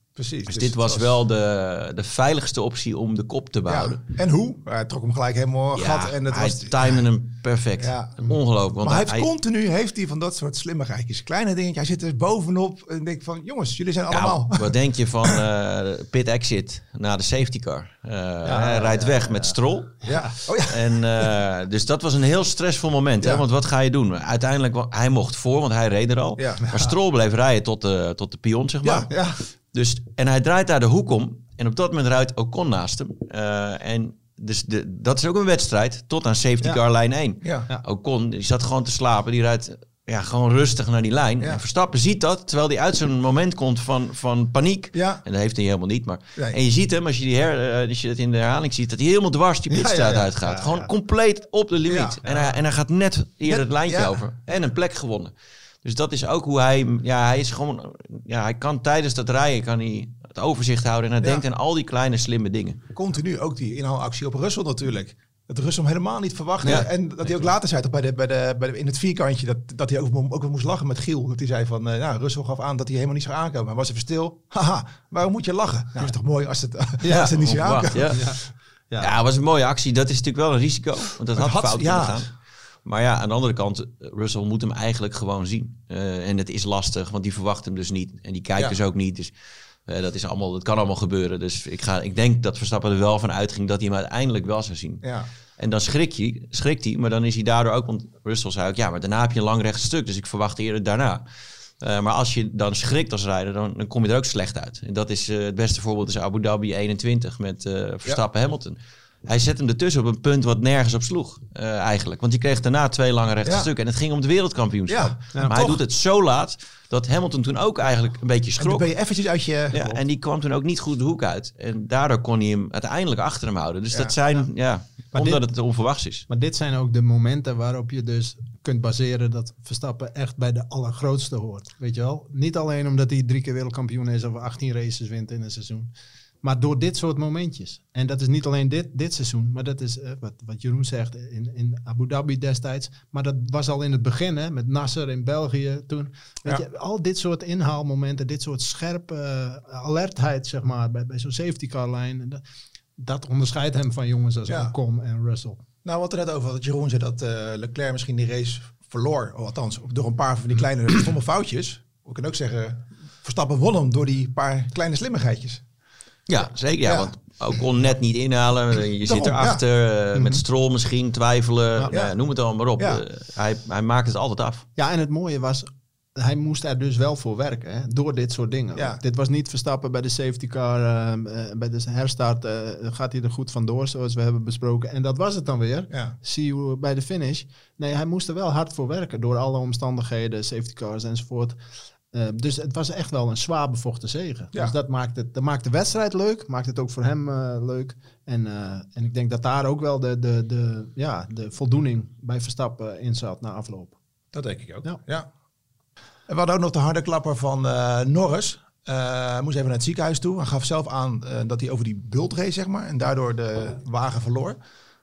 Precies. Dus, Dus dit het was, was- wel de, de veiligste optie om de kop te behouden. Ja. En hoe? Hij trok hem gelijk helemaal Ja, gat. En dat hij was, timde hem perfect. Ja. Ongelooflijk. Want maar hij heeft hij, continu heeft hij van dat soort slimmigheidjes. Kleine dingetjes. Hij zit er bovenop en denkt van... jongens, jullie zijn allemaal... Ja, wat denk je van uh, pit exit na de safety car? Uh, hij rijdt ja, weg ja, met ja. Stroll. Ja. Oh ja. En, uh, dus dat was een heel stressvol moment. Ja. Hè? Want wat ga je doen? Uiteindelijk, wa- hij mocht voor, want hij reed er al. Ja. Maar Stroll bleef rijden tot de, tot de pion, zeg maar. Ja, ja. Dus, en hij draait daar de hoek om. En op dat moment rijdt Ocon naast hem. Uh, en dus de, dat is ook een wedstrijd tot aan safety Ja. car lijn één. Ja. Ja. Ocon, die zat gewoon te slapen. Die rijdt ja, gewoon rustig naar die lijn. Ja. En Verstappen ziet dat, terwijl hij uit zo'n moment komt van, van paniek. Ja. En dat heeft hij helemaal niet. Maar, Nee. En je ziet hem, als je, die her, uh, als je het in de herhaling ziet, dat hij helemaal dwars die pitstraat Ja, ja, ja. uitgaat. Ja, gewoon ja. compleet op de limiet. Ja. En, hij, en hij gaat net eerder Net- het lijntje ja. over. En een plek gewonnen. Dus dat is ook hoe hij... Ja, hij is gewoon... Ja, hij kan tijdens dat rijden kan hij het overzicht houden. En hij Ja. denkt aan al die kleine slimme dingen. Continu ook die inhaalactie op Russell natuurlijk. Dat Russell hem helemaal niet verwachtte. Ja. En dat hij ook later zei, toch bij de, bij de, bij de, in het vierkantje, dat, dat hij ook, ook wel moest lachen met Giel. Dat hij zei van, uh, nou, Russell gaf aan dat hij helemaal niet zou aankomen. Hij was even stil. Haha, waarom moet je lachen? Nou, is toch mooi als het, Ja, als het niet zou onverwacht, aankomen. ja. Ja. Ja, Ja. het was een mooie actie. Dat is natuurlijk wel een risico. Want dat Het had, had- fout ja. kunnen gaan. Maar ja, aan de andere kant, Russell moet hem eigenlijk gewoon zien. Uh, en het is lastig, want die verwacht hem dus niet. En die kijkt Ja. dus ook niet. Dus uh, dat, is allemaal, dat kan allemaal gebeuren. Dus ik, ga, ik denk dat Verstappen er wel van uitging dat hij hem uiteindelijk wel zou zien. Ja. En dan schrik je, schrikt hij, maar dan is hij daardoor ook... Want Russell zei ook, ja, maar daarna heb je een lang recht stuk. Dus ik verwacht eerder daarna. Uh, maar als je dan schrikt als rijder, dan, dan kom je er ook slecht uit. En dat is uh, het beste voorbeeld is Abu Dhabi eenentwintig met uh, Verstappen-Hamilton. Hij zet hem ertussen op een punt wat nergens op sloeg, uh, eigenlijk. Want die kreeg daarna twee lange rechte Ja. stukken. En het ging om het wereldkampioenschap. Ja, maar ja, hij toch. doet het zo laat dat Hamilton toen ook eigenlijk een beetje En dan schrok. ben je eventjes uit je... Ja, en die kwam toen ook niet goed de hoek uit. En daardoor kon hij hem uiteindelijk achter hem houden. Dus Ja. dat zijn, ja, Maar omdat dit- het onverwachts is. Maar dit zijn ook de momenten waarop je dus kunt baseren dat Verstappen echt bij de allergrootste hoort. Weet je wel? Niet alleen omdat hij drie keer wereldkampioen is of achttien races wint in een seizoen. Maar door dit soort momentjes. En dat is niet alleen dit, dit seizoen, maar dat is uh, wat, wat Jeroen zegt in, in Abu Dhabi destijds. Maar dat was al in het begin, hè, met Nasser in België toen. Weet Ja. je, al dit soort inhaalmomenten, dit soort scherpe uh, alertheid, zeg maar, bij, bij zo'n safety car lijn. Dat, dat onderscheidt hem van jongens als Ja. Ocon en Russell. Nou, wat er net over dat Jeroen zei dat uh, Leclerc misschien die race verloor. Of althans, door een paar van die kleine stomme foutjes. We kunnen ook zeggen, Verstappen won hem door die paar kleine slimmigheidjes. Ja, zeker. Ja, Ja. Want Ocon net niet inhalen. Je zit Daarom, erachter. uh, Mhm. Met Stroll misschien twijfelen. Ja. Uh, noem het allemaal maar op. Ja. Uh, hij, hij maakt het altijd af. Ja, en het mooie was, hij moest er dus wel voor werken, hè, door dit soort dingen. Ja. Dit was niet Verstappen bij de safety car, uh, uh, bij de herstart uh, gaat hij er goed vandoor, zoals we hebben besproken. En dat was het dan weer. Ja. See you bij de finish. Nee, hij moest er wel hard voor werken, door alle omstandigheden, safety cars enzovoort. Uh, dus het was echt wel een zwaar bevochten zege. Ja. Dus dat maakt, het, dat maakt de wedstrijd leuk, maakt het ook voor hem uh, leuk. En, uh, en ik denk dat daar ook wel de, de, de, ja, de voldoening bij Verstappen in zat na afloop. Dat denk ik ook. Ja. Ja. En we hadden ook nog de harde klapper van uh, Norris. Uh, hij moest even naar het ziekenhuis toe. Hij gaf zelf aan uh, dat hij over die bult reed, zeg maar. En daardoor de wagen verloor.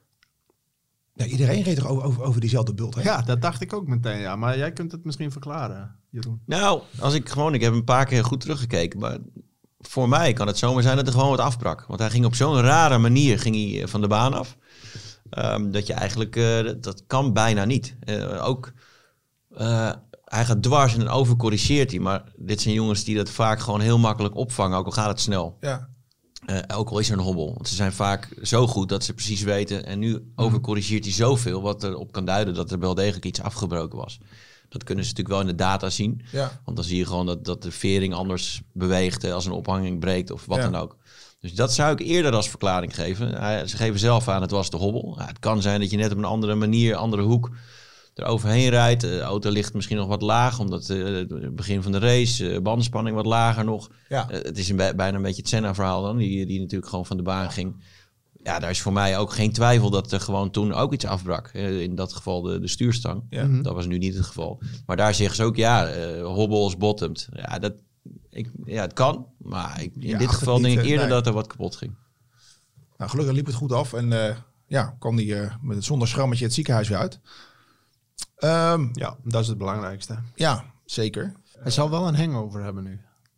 Ja, iedereen reed toch over, over, over diezelfde bult heen? Ja, dat dacht ik ook meteen, ja. Maar jij kunt het misschien verklaren, Jeroen. Nou, als ik gewoon... Ik heb een paar keer goed teruggekeken. Maar voor mij kan het zomaar zijn dat er gewoon wat afbrak. Want hij ging op zo'n rare manier ging hij van de baan af. Um, dat je eigenlijk... Uh, dat, dat kan bijna niet. Uh, ook... Uh, hij gaat dwars en dan overcorrigeert hij. Maar dit zijn jongens die dat vaak gewoon heel makkelijk opvangen. Ook al gaat het snel. Ja. Uh, ook al is er een hobbel. Want ze zijn vaak zo goed dat ze precies weten. En nu overcorrigeert hij zoveel. Wat erop kan duiden dat er wel degelijk iets afgebroken was. Dat kunnen ze natuurlijk wel in de data zien. Ja. Want dan zie je gewoon dat, dat de vering anders beweegt. Als een ophanging breekt of wat Ja. dan ook. Dus dat zou ik eerder als verklaring geven. Hij, ze geven zelf aan, het was de hobbel. Ja, het kan zijn dat je net op een andere manier, andere hoek er overheen rijdt. De auto ligt misschien nog wat laag, omdat uh, het begin van de race, uh, bandspanning wat lager nog. Ja. Uh, het is een, bijna een beetje het Senna-verhaal dan, die, die natuurlijk gewoon van de baan ging. Ja, daar is voor mij ook geen twijfel dat er gewoon toen ook iets afbrak. Uh, in dat geval de, de stuurstang. Ja. Mhm. Dat was nu niet het geval. Maar daar zeggen ze ook, ja, uh, hobbels bottomed. Ja, dat, ik, ja, het kan. Maar ik, in Ja, dit acht geval het denk niet, ik eerder nee. dat er wat kapot ging. Nou, gelukkig liep het goed af. En uh, ja, kwam hij uh, met zonder schrammetje het ziekenhuis weer uit. Um, Ja, dat is het belangrijkste. ja, zeker. Hij zal wel een hangover hebben nu.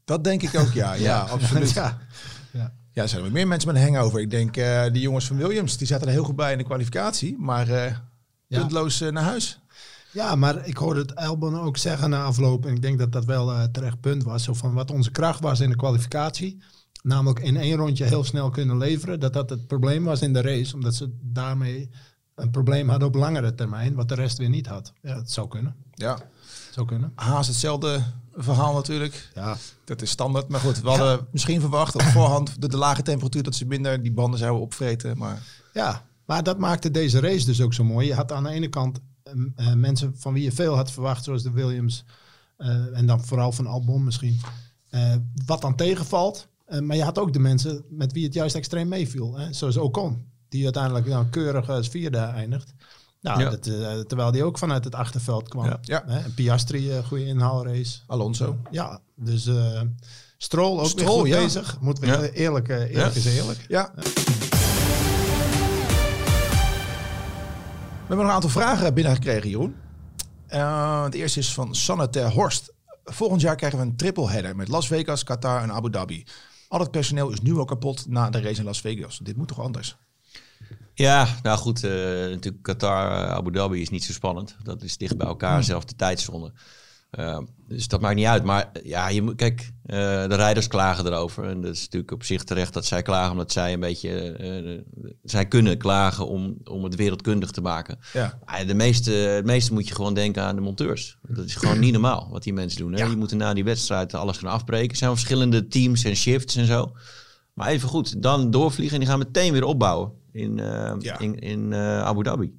Dat denk ik ook, ja. Ja, ja. absoluut. Ja. Ja. Ja, er zijn er meer mensen met een hangover. Ik denk, uh, die jongens van Williams, die zaten er heel goed bij in de kwalificatie. Maar uh, ja. puntloos uh, naar huis. Ja, maar ik hoorde het Albon ook zeggen na afloop. En ik denk dat dat wel uh, terecht punt was. Zo van wat onze kracht was in de kwalificatie. Namelijk in één rondje heel snel kunnen leveren. Dat dat het probleem was in de race. Omdat ze daarmee een probleem hadden op langere termijn. Wat de rest weer niet had. Ja, dat zou kunnen. Ja. Zou kunnen. Haas hetzelfde verhaal natuurlijk. Ja. Dat is standaard. Maar goed, we hadden ja. misschien verwacht op voorhand de, de lage temperatuur dat ze minder die banden zouden opvreten. Maar... Ja, maar dat maakte deze race dus ook zo mooi. Je had aan de ene kant uh, mensen van wie je veel had verwacht. Zoals de Williams. Uh, en dan vooral van Albon misschien. Uh, wat dan tegenvalt. Uh, maar je had ook de mensen met wie het juist extreem meeviel. Hè? Zoals Ocon. Die uiteindelijk nou, keurig als vierde eindigt. Nou, ja. dat, uh, terwijl die ook vanuit het achterveld kwam. Ja. Ja. Hè? Piastri, uh, goede inhaalrace. Alonso. Ja, dus uh, Stroll ook Stroll, weer goed ja. bezig. Moeten we ja. eerlijk, uh, eerlijk ja. is eerlijk. Ja. Ja. We hebben nog een aantal vragen binnengekregen, Jeroen. Uh, het eerste is van Sanne ter Horst. Volgend jaar krijgen we een triple header met Las Vegas, Qatar en Abu Dhabi. Al het personeel is nu al kapot na de race in Las Vegas. Dit moet toch anders? Ja, nou goed, uh, natuurlijk Qatar, uh, Abu Dhabi is niet zo spannend. Dat is dicht bij elkaar, hmm. zelfs de tijdzone. Uh, dus dat maakt niet uit. Maar ja, je moet, kijk, uh, de rijders klagen erover. En dat is natuurlijk op zich terecht dat zij klagen, omdat zij een beetje, uh, zij kunnen klagen om, om het wereldkundig te maken. Ja. Uh, de meeste, het meeste moet je gewoon denken aan de monteurs. Dat is gewoon niet normaal wat die mensen doen. Hè? Ja. Die moeten na die wedstrijd alles gaan afbreken. Er zijn verschillende teams en shifts en zo. Maar even goed, dan doorvliegen en die gaan meteen weer opbouwen in, uh, ja. in, in uh, Abu Dhabi.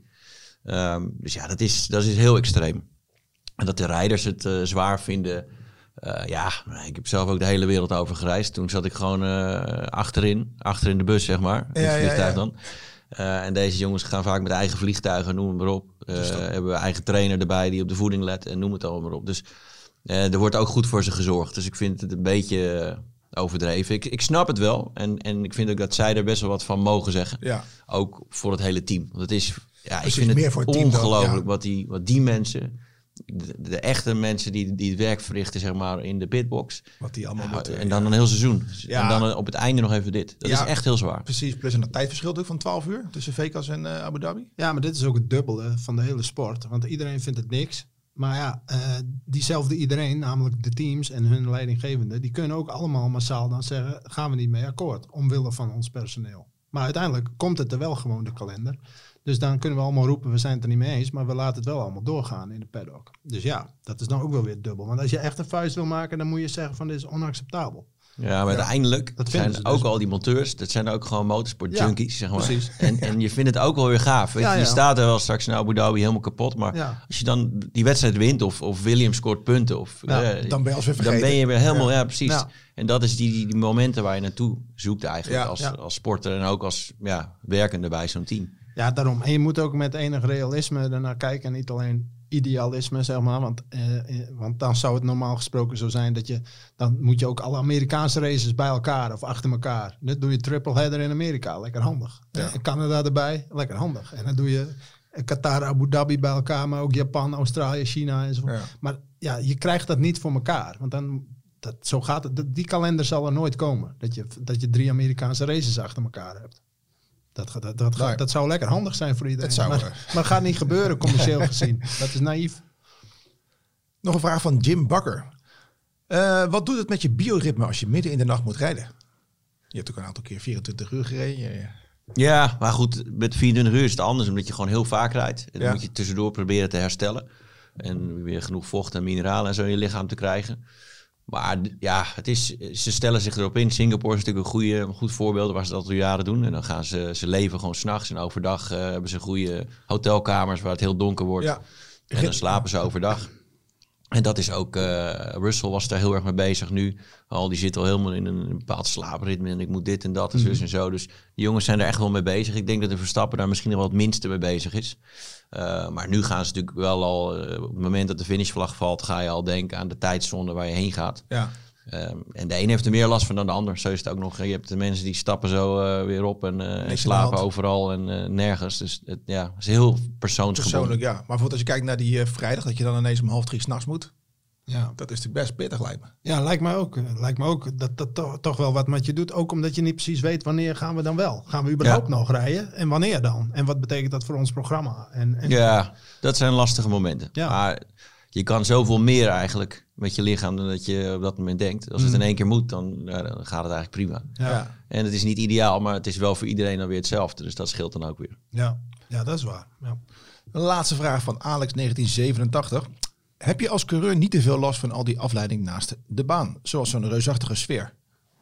Um, dus ja, dat is, dat is heel extreem. En dat de rijders het uh, zwaar vinden. Uh, ja, ik heb zelf ook de hele wereld over gereisd. Toen zat ik gewoon uh, achterin, achterin de bus, zeg maar. In het ja, vliegtuig ja, ja. dan. Uh, en deze jongens gaan vaak met eigen vliegtuigen, noem het maar op. Uh, hebben we eigen trainer erbij die op de voeding let en noem het allemaal maar op. Dus uh, er wordt ook goed voor ze gezorgd. Dus ik vind het een beetje uh, overdreven. Ik, ik snap het wel. En, en ik vind ook dat zij er best wel wat van mogen zeggen. Ja. Ook voor het hele team. Want het is, ja, Precies, ik vind meer het voor het ongelooflijk team, ja. wat, die, wat die mensen... De, de echte mensen die, die het werk verrichten, zeg maar, in de pitbox. Wat die allemaal ja, moeten, en dan ja. een heel seizoen. Ja. En dan op het einde nog even dit. Dat ja. is echt heel zwaar. Precies, plus een tijdverschil van twaalf uur tussen Vegas en uh, Abu Dhabi. Ja, maar dit is ook het dubbele van de hele sport. Want iedereen vindt het niks. Maar ja, uh, diezelfde iedereen, namelijk de teams en hun leidinggevenden, die kunnen ook allemaal massaal dan zeggen, gaan we niet mee akkoord, omwille van ons personeel. Maar uiteindelijk komt het er wel gewoon, de kalender. Dus dan kunnen we allemaal roepen, we zijn het er niet mee eens, maar we laten het wel allemaal doorgaan in de paddock. Dus ja, dat is dan ook wel weer dubbel. Want als je echt een vuist wil maken, dan moet je zeggen van dit is onacceptabel. Ja, maar ja, uiteindelijk dat zijn dus ook al die monteurs, dat zijn ook gewoon motorsport junkies, ja, zeg maar. Precies. En, en je vindt het ook wel weer gaaf. Weet je, ja, ja. je staat er wel straks in Abu Dhabi helemaal kapot, maar ja. als je dan die wedstrijd wint of, of Williams scoort punten, of, ja, uh, dan ben je als weer vergeten. Dan ben je weer helemaal, ja, ja precies. Ja. En dat is die, die, die momenten waar je naartoe zoekt eigenlijk, ja, als, ja. als sporter en ook als ja, werkende bij zo'n team. Ja, daarom. En je moet ook met enig realisme ernaar kijken en niet alleen idealisme, zeg maar. Want, eh, want dan zou het normaal gesproken zo zijn dat je, dan moet je ook alle Amerikaanse races bij elkaar of achter elkaar. Dan doe je triple header in Amerika, lekker handig. Ja. En Canada erbij, lekker handig. En dan doe je Qatar, Abu Dhabi bij elkaar, maar ook Japan, Australië, China enzovoort. Ja. Maar ja, je krijgt dat niet voor elkaar. Want dan, dat, zo gaat het. Die kalender zal er nooit komen. Dat je, dat je drie Amerikaanse races achter elkaar hebt. Dat, dat, dat, dat, dat zou lekker handig zijn voor iedereen. Zou, maar het gaat niet gebeuren, commercieel gezien. Dat is naïef. Nog een vraag van Jim Bakker. Uh, wat doet het met je bioritme als je midden in de nacht moet rijden? Je hebt ook een aantal keer vierentwintig uur gereden. Ja, ja. ja, maar goed, met vierentwintig uur is het anders. Omdat je gewoon heel vaak rijdt. En dan ja. moet je tussendoor proberen te herstellen. En weer genoeg vocht en mineralen en zo in je lichaam te krijgen. Maar ja, het is, ze stellen zich erop in. Singapore is natuurlijk een, goede, een goed voorbeeld waar ze dat al jaren doen. En dan gaan ze, ze leven gewoon 's nachts. En overdag uh, hebben ze goede hotelkamers waar het heel donker wordt. Ja. En dan slapen ze overdag. En dat is ook, uh, Russell was daar heel erg mee bezig nu. Al die zit al helemaal in een, een bepaald slaapritme. En ik moet dit en dat en mm-hmm. zus en zo. Dus die jongens zijn er echt wel mee bezig. Ik denk dat de Verstappen daar misschien wel het minste mee bezig is. Uh, maar nu gaan ze natuurlijk wel al, uh, op het moment dat de finishvlag valt, ga je al denken aan de tijdzone waar je heen gaat. Ja. Um, en de een heeft er meer last van dan de ander. Zo is het ook nog. Je hebt de mensen die stappen zo uh, weer op en, uh, en slapen overal en uh, nergens. Dus het ja, het is heel persoonsgebonden. Persoonlijk, ja. Maar bijvoorbeeld als je kijkt naar die uh, vrijdag, dat je dan ineens om half drie 's nachts moet. Ja. Dat is natuurlijk best pittig, lijkt me. Ja, lijkt me ook. Lijkt me ook dat dat toch, toch wel wat met je doet. Ook omdat je niet precies weet wanneer gaan we dan wel. Gaan we überhaupt Ja. nog rijden? En wanneer dan? En wat betekent dat voor ons programma? En, en Ja, dat zijn lastige momenten. Ja. Maar je kan zoveel meer eigenlijk met je lichaam dan dat je op dat moment denkt. Als het in één keer moet, dan, ja, dan gaat het eigenlijk prima. Ja. Ja. En het is niet ideaal, maar het is wel voor iedereen dan weer hetzelfde. Dus dat scheelt dan ook weer. Ja, ja dat is waar. Ja. Een laatste vraag van Alex negentien zevenentachtig. Heb je als coureur niet te veel last van al die afleiding naast de baan? Zoals zo'n reusachtige sfeer.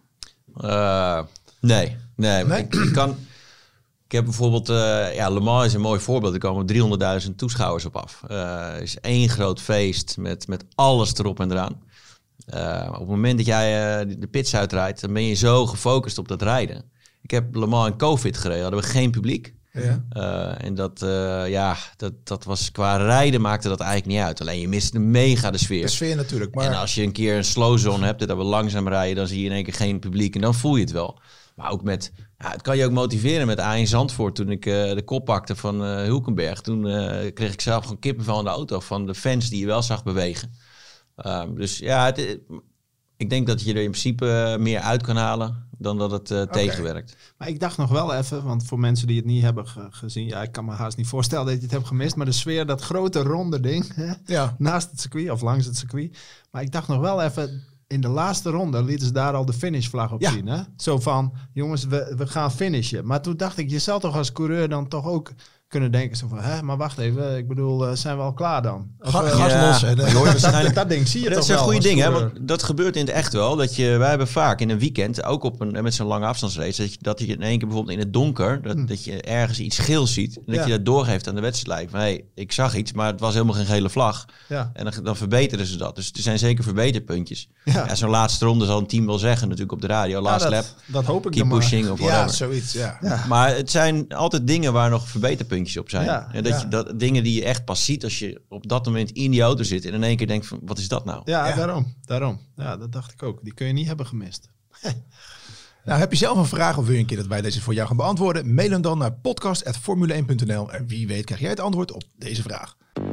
Uh, nee, nee. Nee? Ik, ik kan... Ik heb bijvoorbeeld, uh, ja, Le Mans is een mooi voorbeeld. Er komen driehonderdduizend toeschouwers op af. Uh, het is één groot feest met, met alles erop en eraan. Uh, op het moment dat jij uh, de pits uitrijdt, dan ben je zo gefocust op dat rijden. Ik heb Le Mans in COVID gereden, hadden we geen publiek. Ja. Uh, en dat, uh, ja, dat, dat was qua rijden maakte dat eigenlijk niet uit. Alleen je miste mega de sfeer. De sfeer natuurlijk. Maar... En als je een keer een slow zone hebt, dat we langzaam rijden, dan zie je in één keer geen publiek. En dan voel je het wel. Maar ook met, ja, het kan je ook motiveren met A één Zandvoort. Toen ik uh, de kop pakte van uh, Hulkenberg, toen uh, kreeg ik zelf gewoon kippenvel in de auto van de fans die je wel zag bewegen. Um, dus ja, het, ik denk dat je er in principe meer uit kan halen dan dat het uh, okay. tegenwerkt. Maar ik dacht nog wel even, want voor mensen die het niet hebben ge- gezien, ja, ik kan me haast niet voorstellen dat je het hebt gemist, maar de sfeer, dat grote ronde ding, hè, ja. naast het circuit of langs het circuit. Maar ik dacht nog wel even, in de laatste ronde lieten ze daar al de finishvlag op ja. zien. Hè? Zo van, jongens, we, we gaan finishen. Maar toen dacht ik, je zal toch als coureur dan toch ook kunnen denken, zo van, hè, maar wacht even, ik bedoel, uh, zijn we al klaar dan? Of, Ga, uh, gas ja, los. Hè, je hoort waarschijnlijk... dat, dat ding zie je dat toch is een wel goede als ding, hè? coureur. Want dat gebeurt in het echt wel. Dat je, wij hebben vaak in een weekend, ook op een, met zo'n lange afstandsrace, dat je, dat je in één keer bijvoorbeeld in het donker, dat, Hmm. dat je ergens iets geels ziet, en dat Ja. je dat doorgeeft aan de wedstrijd. Van, hé, hey, ik zag iets, maar het was helemaal geen gele vlag. Ja. En dan, dan verbeteren ze dat. Dus er zijn zeker verbeterpuntjes. Ja. Ja, zo'n laatste ronde zal een team wel zeggen, natuurlijk op de radio, last Ja, lap, dat, dat hoop ik keep dan maar. pushing of ja, whatever. zoiets. Ja. Ja. Maar het zijn altijd dingen waar nog verbeterpuntjes op zijn. Ja, en dat ja. je, dat, dingen die je echt pas ziet als je op dat moment in die auto zit en in één keer denkt van, wat is dat nou? Ja, Ja. daarom. daarom. Ja, dat dacht ik ook. Die kun je niet hebben gemist. Nou, heb je zelf een vraag of wil je een keer dat wij deze voor jou gaan beantwoorden? Mail hem dan naar podcast at formule één punt n l en wie weet krijg jij het antwoord op deze vraag.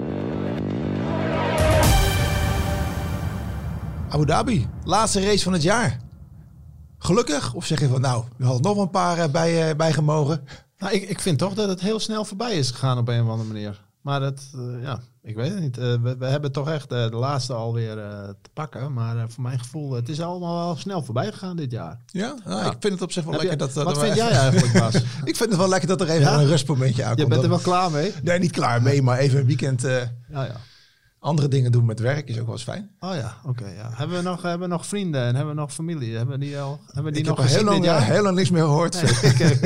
Abu Dhabi, laatste race van het jaar. Gelukkig? Of zeg je van nou, we hadden nog wel een paar uh, bij, uh, bij gemogen. Nou, ik, ik vind toch dat het heel snel voorbij is gegaan op een of andere manier. Maar dat, uh, ja, ik weet het niet. Uh, we, we hebben toch echt uh, de laatste alweer uh, te pakken. Maar uh, voor mijn gevoel, het is allemaal wel snel voorbij gegaan dit jaar. Ja, nou, Ja. ik vind het op zich wel Heb lekker je- dat... wat dat vind we- jij eigenlijk, Bas? Ik vind het wel lekker dat er even Ja? een rustmomentje aankomt. Je bent er Dat- wel klaar mee? Nee, niet klaar mee, maar even een weekend uh, Ja, ja. andere dingen doen met werk is ook wel eens fijn. Oh ja, oké. ja. Hebben we nog, hebben we nog vrienden en hebben we nog familie? Hebben we die al? Hebben we die Ik nog heb al heel gezien lang, dit jaar? heel lang niks meer gehoord. Nee, ik,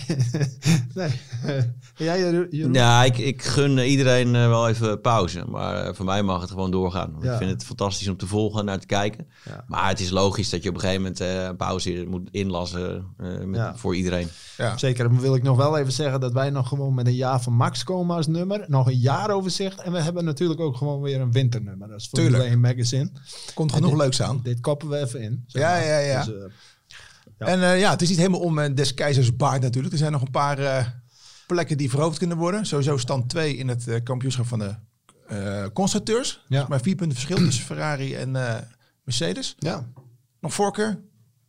uh, nee. Jij, Jeroen? Ja, ik, ik gun iedereen uh, wel even pauze. Maar uh, voor mij mag het gewoon doorgaan. Want Ja. Ik vind het fantastisch om te volgen en naar te kijken. Ja. Maar het is logisch dat je op een gegeven moment uh, een pauze moet inlassen uh, met, Ja. voor iedereen. Ja. Zeker, dan wil ik nog wel even zeggen dat wij nog gewoon met een jaar van Max komen als nummer. Nog een jaaroverzicht. En we hebben natuurlijk ook gewoon weer een winternummer. Dat is voor Tuurlijk. een magazine. Komt En genoeg dit- leuks aan. Dit koppen we even in. zeg Ja, maar. ja, ja. Dus, uh, Ja. En uh, ja, het is niet helemaal om uh, des keizers baard natuurlijk. Er zijn nog een paar uh, plekken die veroverd kunnen worden. Sowieso stand twee in het uh, kampioenschap van de uh, constructeurs. Ja. Maar vier punten verschil tussen Ferrari en uh, Mercedes. ja. Nog voorkeur?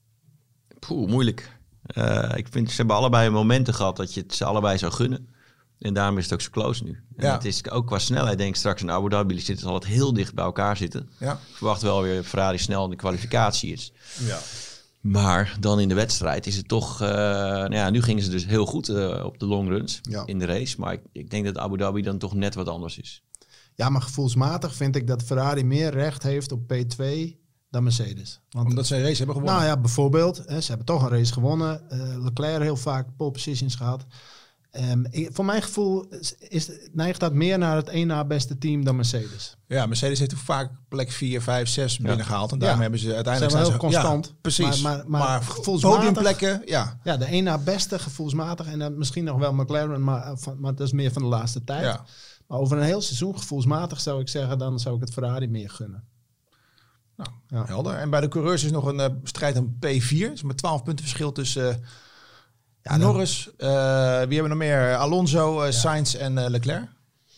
Poeh, moeilijk. Uh, ik vind ze hebben allebei momenten gehad dat je het ze allebei zou gunnen. En daarom is het ook zo close nu. En Ja. het is ook qua snelheid, denk ik straks in Abu Dhabi zitten zal het heel dicht bij elkaar zitten. Ja. Ik verwacht wel weer Ferrari snel in de kwalificatie is. Ja. Maar dan in de wedstrijd is het toch... Uh, nou ja, nu gingen ze dus heel goed uh, op de longruns Ja. in de race. Maar ik, ik denk dat Abu Dhabi dan toch net wat anders is. ja, maar gevoelsmatig vind ik dat Ferrari meer recht heeft op P twee dan Mercedes. Want Omdat ze een race hebben gewonnen. nou ja, bijvoorbeeld, hè, ze hebben toch een race gewonnen. Uh, Leclerc heel vaak pole positions gehad. Um, ik, voor mijn gevoel is, is, neigt dat meer naar het één na beste team dan Mercedes. Ja, Mercedes heeft ook vaak plek vier, vijf, zes Ja. binnengehaald. En daarom Ja. hebben ze Ze uiteindelijk... zijn wel ze- heel constant. Ja, precies. Maar, Maar, maar, maar, maar gevoelsmatig... podiumplekken, ja. Ja, de één na beste gevoelsmatig. En dan misschien nog wel McLaren, maar, van, maar dat is meer van de laatste tijd. ja. Maar over een heel seizoen gevoelsmatig zou ik zeggen, dan zou ik het Ferrari meer gunnen. Nou, Ja. helder. En bij de coureurs is nog een uh, strijd om P vier. Dus met twaalf punten verschil tussen uh, ja, Norris. Uh, wie hebben we nog meer? Alonso, uh, Sainz en uh, Leclerc.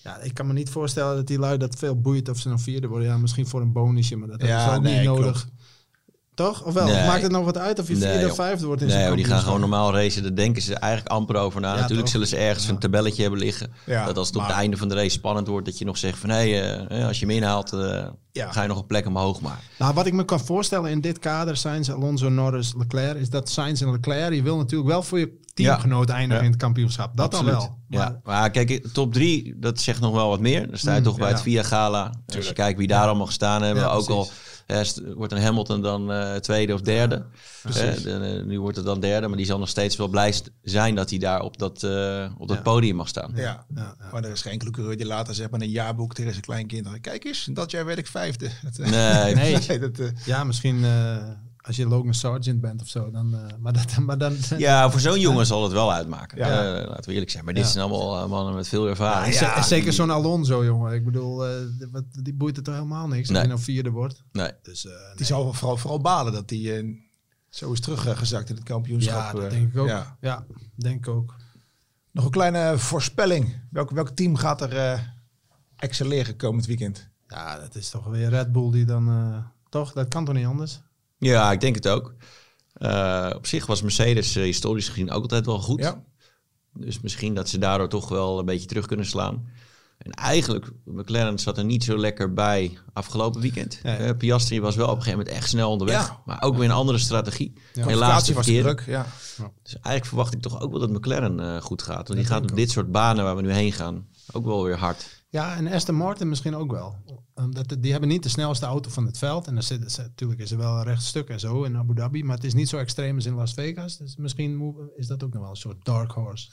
Ja, ik kan me niet voorstellen dat die lui dat veel boeit of ze dan vierde worden. Ja, misschien voor een bonusje, maar dat Ja, is ook nee, niet nodig. klopt. Toch? Of wel? Nee. Maakt het nog wat uit of je Nee, vierde joh. of vijfde wordt in Nee, zo'n maar die gaan gewoon kampioenschap? normaal racen. Daar denken ze eigenlijk amper over na. Ja, Natuurlijk toch? zullen ze ergens Ja. een tabelletje hebben liggen. Ja, dat als het op maar- het einde van de race spannend wordt, dat je nog zegt van hé, hey, uh, als je hem inhaalt, uh, Ja. ga je nog een plek omhoog maken. Nou, wat ik me kan voorstellen in dit kader, Sainz, Alonso, Norris, Leclerc, is dat Sainz en Leclerc, je wil natuurlijk wel voor je teamgenoot eindigen Ja. in het kampioenschap. Dat Absoluut. dan wel. Maar, Ja, maar kijk, top drie, dat zegt nog wel wat meer. Dan sta je Mm, toch bij ja. het Via Gala. Als je kijkt wie daar allemaal gestaan hebben. Ja, ook al precies. hè, st- wordt een Hamilton dan uh, tweede of derde. precies. Eh, de, uh, nu wordt het dan derde, maar die zal nog steeds wel blij st- zijn dat hij daar op dat, uh, op dat Ja. podium mag staan. Ja. Ja, ja. Maar er is geen enkele coureur die later zeg maar een jaarboek tegen zijn kleinkinderen. Kijk eens, dat jaar werd ik vijfde. Dat, eh, Nee, Nee. nee, dat, eh, Ja, misschien uh, als je Logan Sargent bent of zo. Dan, uh, maar, dat, maar dan... Ja, voor zo'n jongen zal het wel uitmaken. Ja. Uh, laten we eerlijk zijn. Maar dit Ja. zijn allemaal uh, mannen met veel ervaring. Ja, Ja, en zeker die- zo'n Alonso, jongen. Ik bedoel, uh, die, wat, die boeit het toch helemaal niks als Nee. hij nou vierde wordt. Nee. Dus, uh, die nee. zal vooral, vooral balen dat hij eh, zo is teruggezakt in het kampioenschap. Ja, dat eh. denk ik ook. Ja. Ja, denk ik ook. Nog een kleine voorspelling. Welk, welk team gaat er eh, excelleren komend weekend? Ja, dat is toch weer Red Bull die dan... Uh, toch? Dat kan toch niet anders? Ja, ik denk het ook. Uh, op zich was Mercedes uh, historisch gezien ook altijd wel goed. Ja. Dus misschien dat ze daardoor toch wel een beetje terug kunnen slaan. En eigenlijk, McLaren zat er niet zo lekker bij afgelopen weekend. Nee. Uh, Piastri was wel op een gegeven moment echt snel onderweg. Ja. Maar ook weer een andere strategie. Ja. Helaas de was verkeerde. druk. Ja. Dus eigenlijk verwacht ik toch ook wel dat McLaren uh, goed gaat. Want die Dat gaat denk op ik dit soort banen waar we nu heen gaan ook wel weer hard. Ja, en Aston Martin misschien ook wel. Um, dat, die hebben niet de snelste auto van het veld. En er zit, zit- natuurlijk is er wel een rechtstuk en zo in Abu Dhabi. Maar het is niet zo extreem als in Las Vegas. Dus misschien mo- is dat ook nog wel een soort dark horse.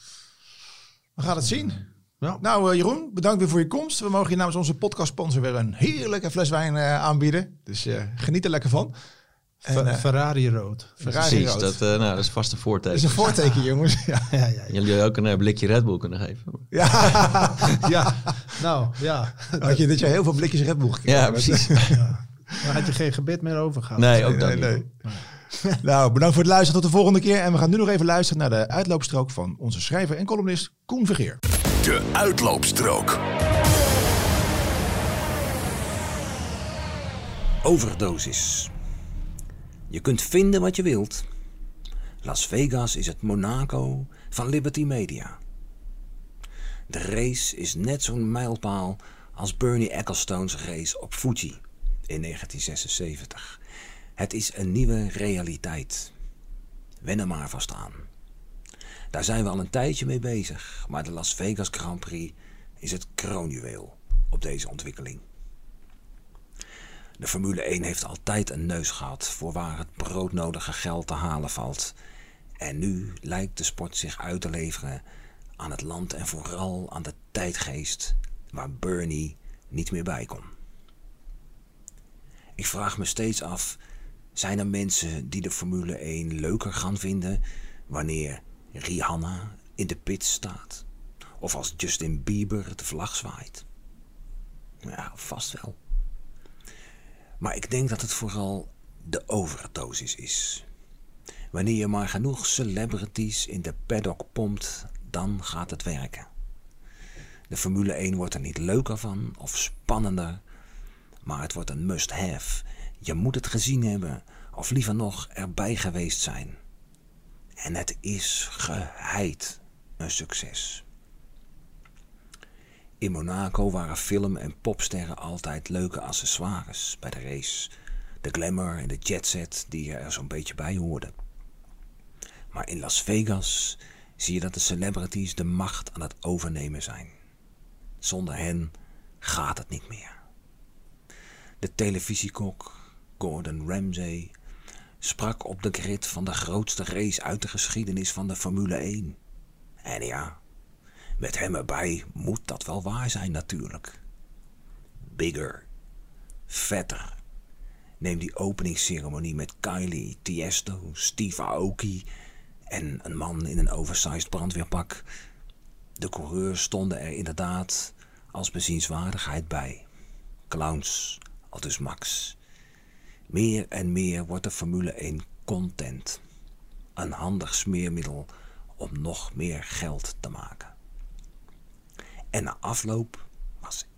We gaan het zien. Ja. Nou, eh, Jeroen, bedankt weer voor je komst. We mogen je namens onze podcastsponsor weer een heerlijke fles wijn eh, aanbieden. Dus eh, geniet er lekker van. En, Fer- eh, Ferrari rood. Ferrari Precies, rood. dat, uh, nou, dat is vast een Dat voorteken. is een voorteken, jongens. Ja. Ja, ja, ja. Jullie ook een uh, blikje Red Bull kunnen geven. Ja. ja. Nou, ja. Had je dit jaar heel veel blikjes Red Bull gekregen? Ja, precies. ja. Dan had je geen gebit meer overgehouden. Nee, ook dat Nee, niet. nee. Nou, bedankt voor het luisteren. Tot de volgende keer. En we gaan nu nog even luisteren naar de uitloopstrook van onze schrijver en columnist Koen Vergeer. De uitloopstrook. Overdosis. Je kunt vinden wat je wilt. Las Vegas is het Monaco van Liberty Media. De race is net zo'n mijlpaal als Bernie Ecclestone's race op Fuji in negentien zesenzeventig. Het is een nieuwe realiteit. Wen er maar vast aan. Daar zijn we al een tijdje mee bezig, maar de Las Vegas Grand Prix is het kroonjuweel op deze ontwikkeling. De Formule één heeft altijd een neus gehad voor waar het broodnodige geld te halen valt. En nu lijkt de sport zich uit te leveren aan het land en vooral aan de tijdgeest waar Bernie niet meer bij kon. Ik vraag me steeds af, zijn er mensen die de Formule één leuker gaan vinden wanneer Rihanna in de pits staat? Of als Justin Bieber de vlag zwaait? Ja, vast wel. Maar ik denk dat het vooral de overdosis is. Wanneer je maar genoeg celebrities in de paddock pompt, dan gaat het werken. De Formule één wordt er niet leuker van of spannender, maar het wordt een must-have. Je moet het gezien hebben, of liever nog erbij geweest zijn. En het is geheid een succes. In Monaco waren film- en popsterren altijd leuke accessoires bij de race. De glamour en de jetset die er zo'n beetje bij hoorden. Maar in Las Vegas zie je dat de celebrities de macht aan het overnemen zijn. Zonder hen gaat het niet meer. De televisiekok Gordon Ramsay sprak op de grid van de grootste race uit de geschiedenis van de Formule één. En ja, met hem erbij moet dat wel waar zijn natuurlijk. Bigger, vetter. Neem die openingsceremonie met Kylie, Tiesto, Steve Aoki en een man in een oversized brandweerpak. De coureurs stonden er inderdaad als bezienswaardigheid bij. Clowns, aldus Max. Meer en meer wordt de Formule één content. Een handig smeermiddel om nog meer geld te maken. En na afloop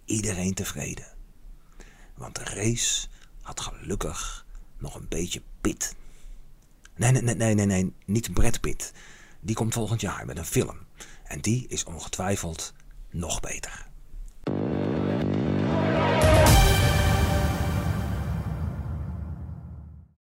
iedereen tevreden. Want de race had gelukkig nog een beetje pit. Nee, nee, nee, nee, nee, niet Brad Pitt. Die komt volgend jaar met een film. En die is ongetwijfeld nog beter.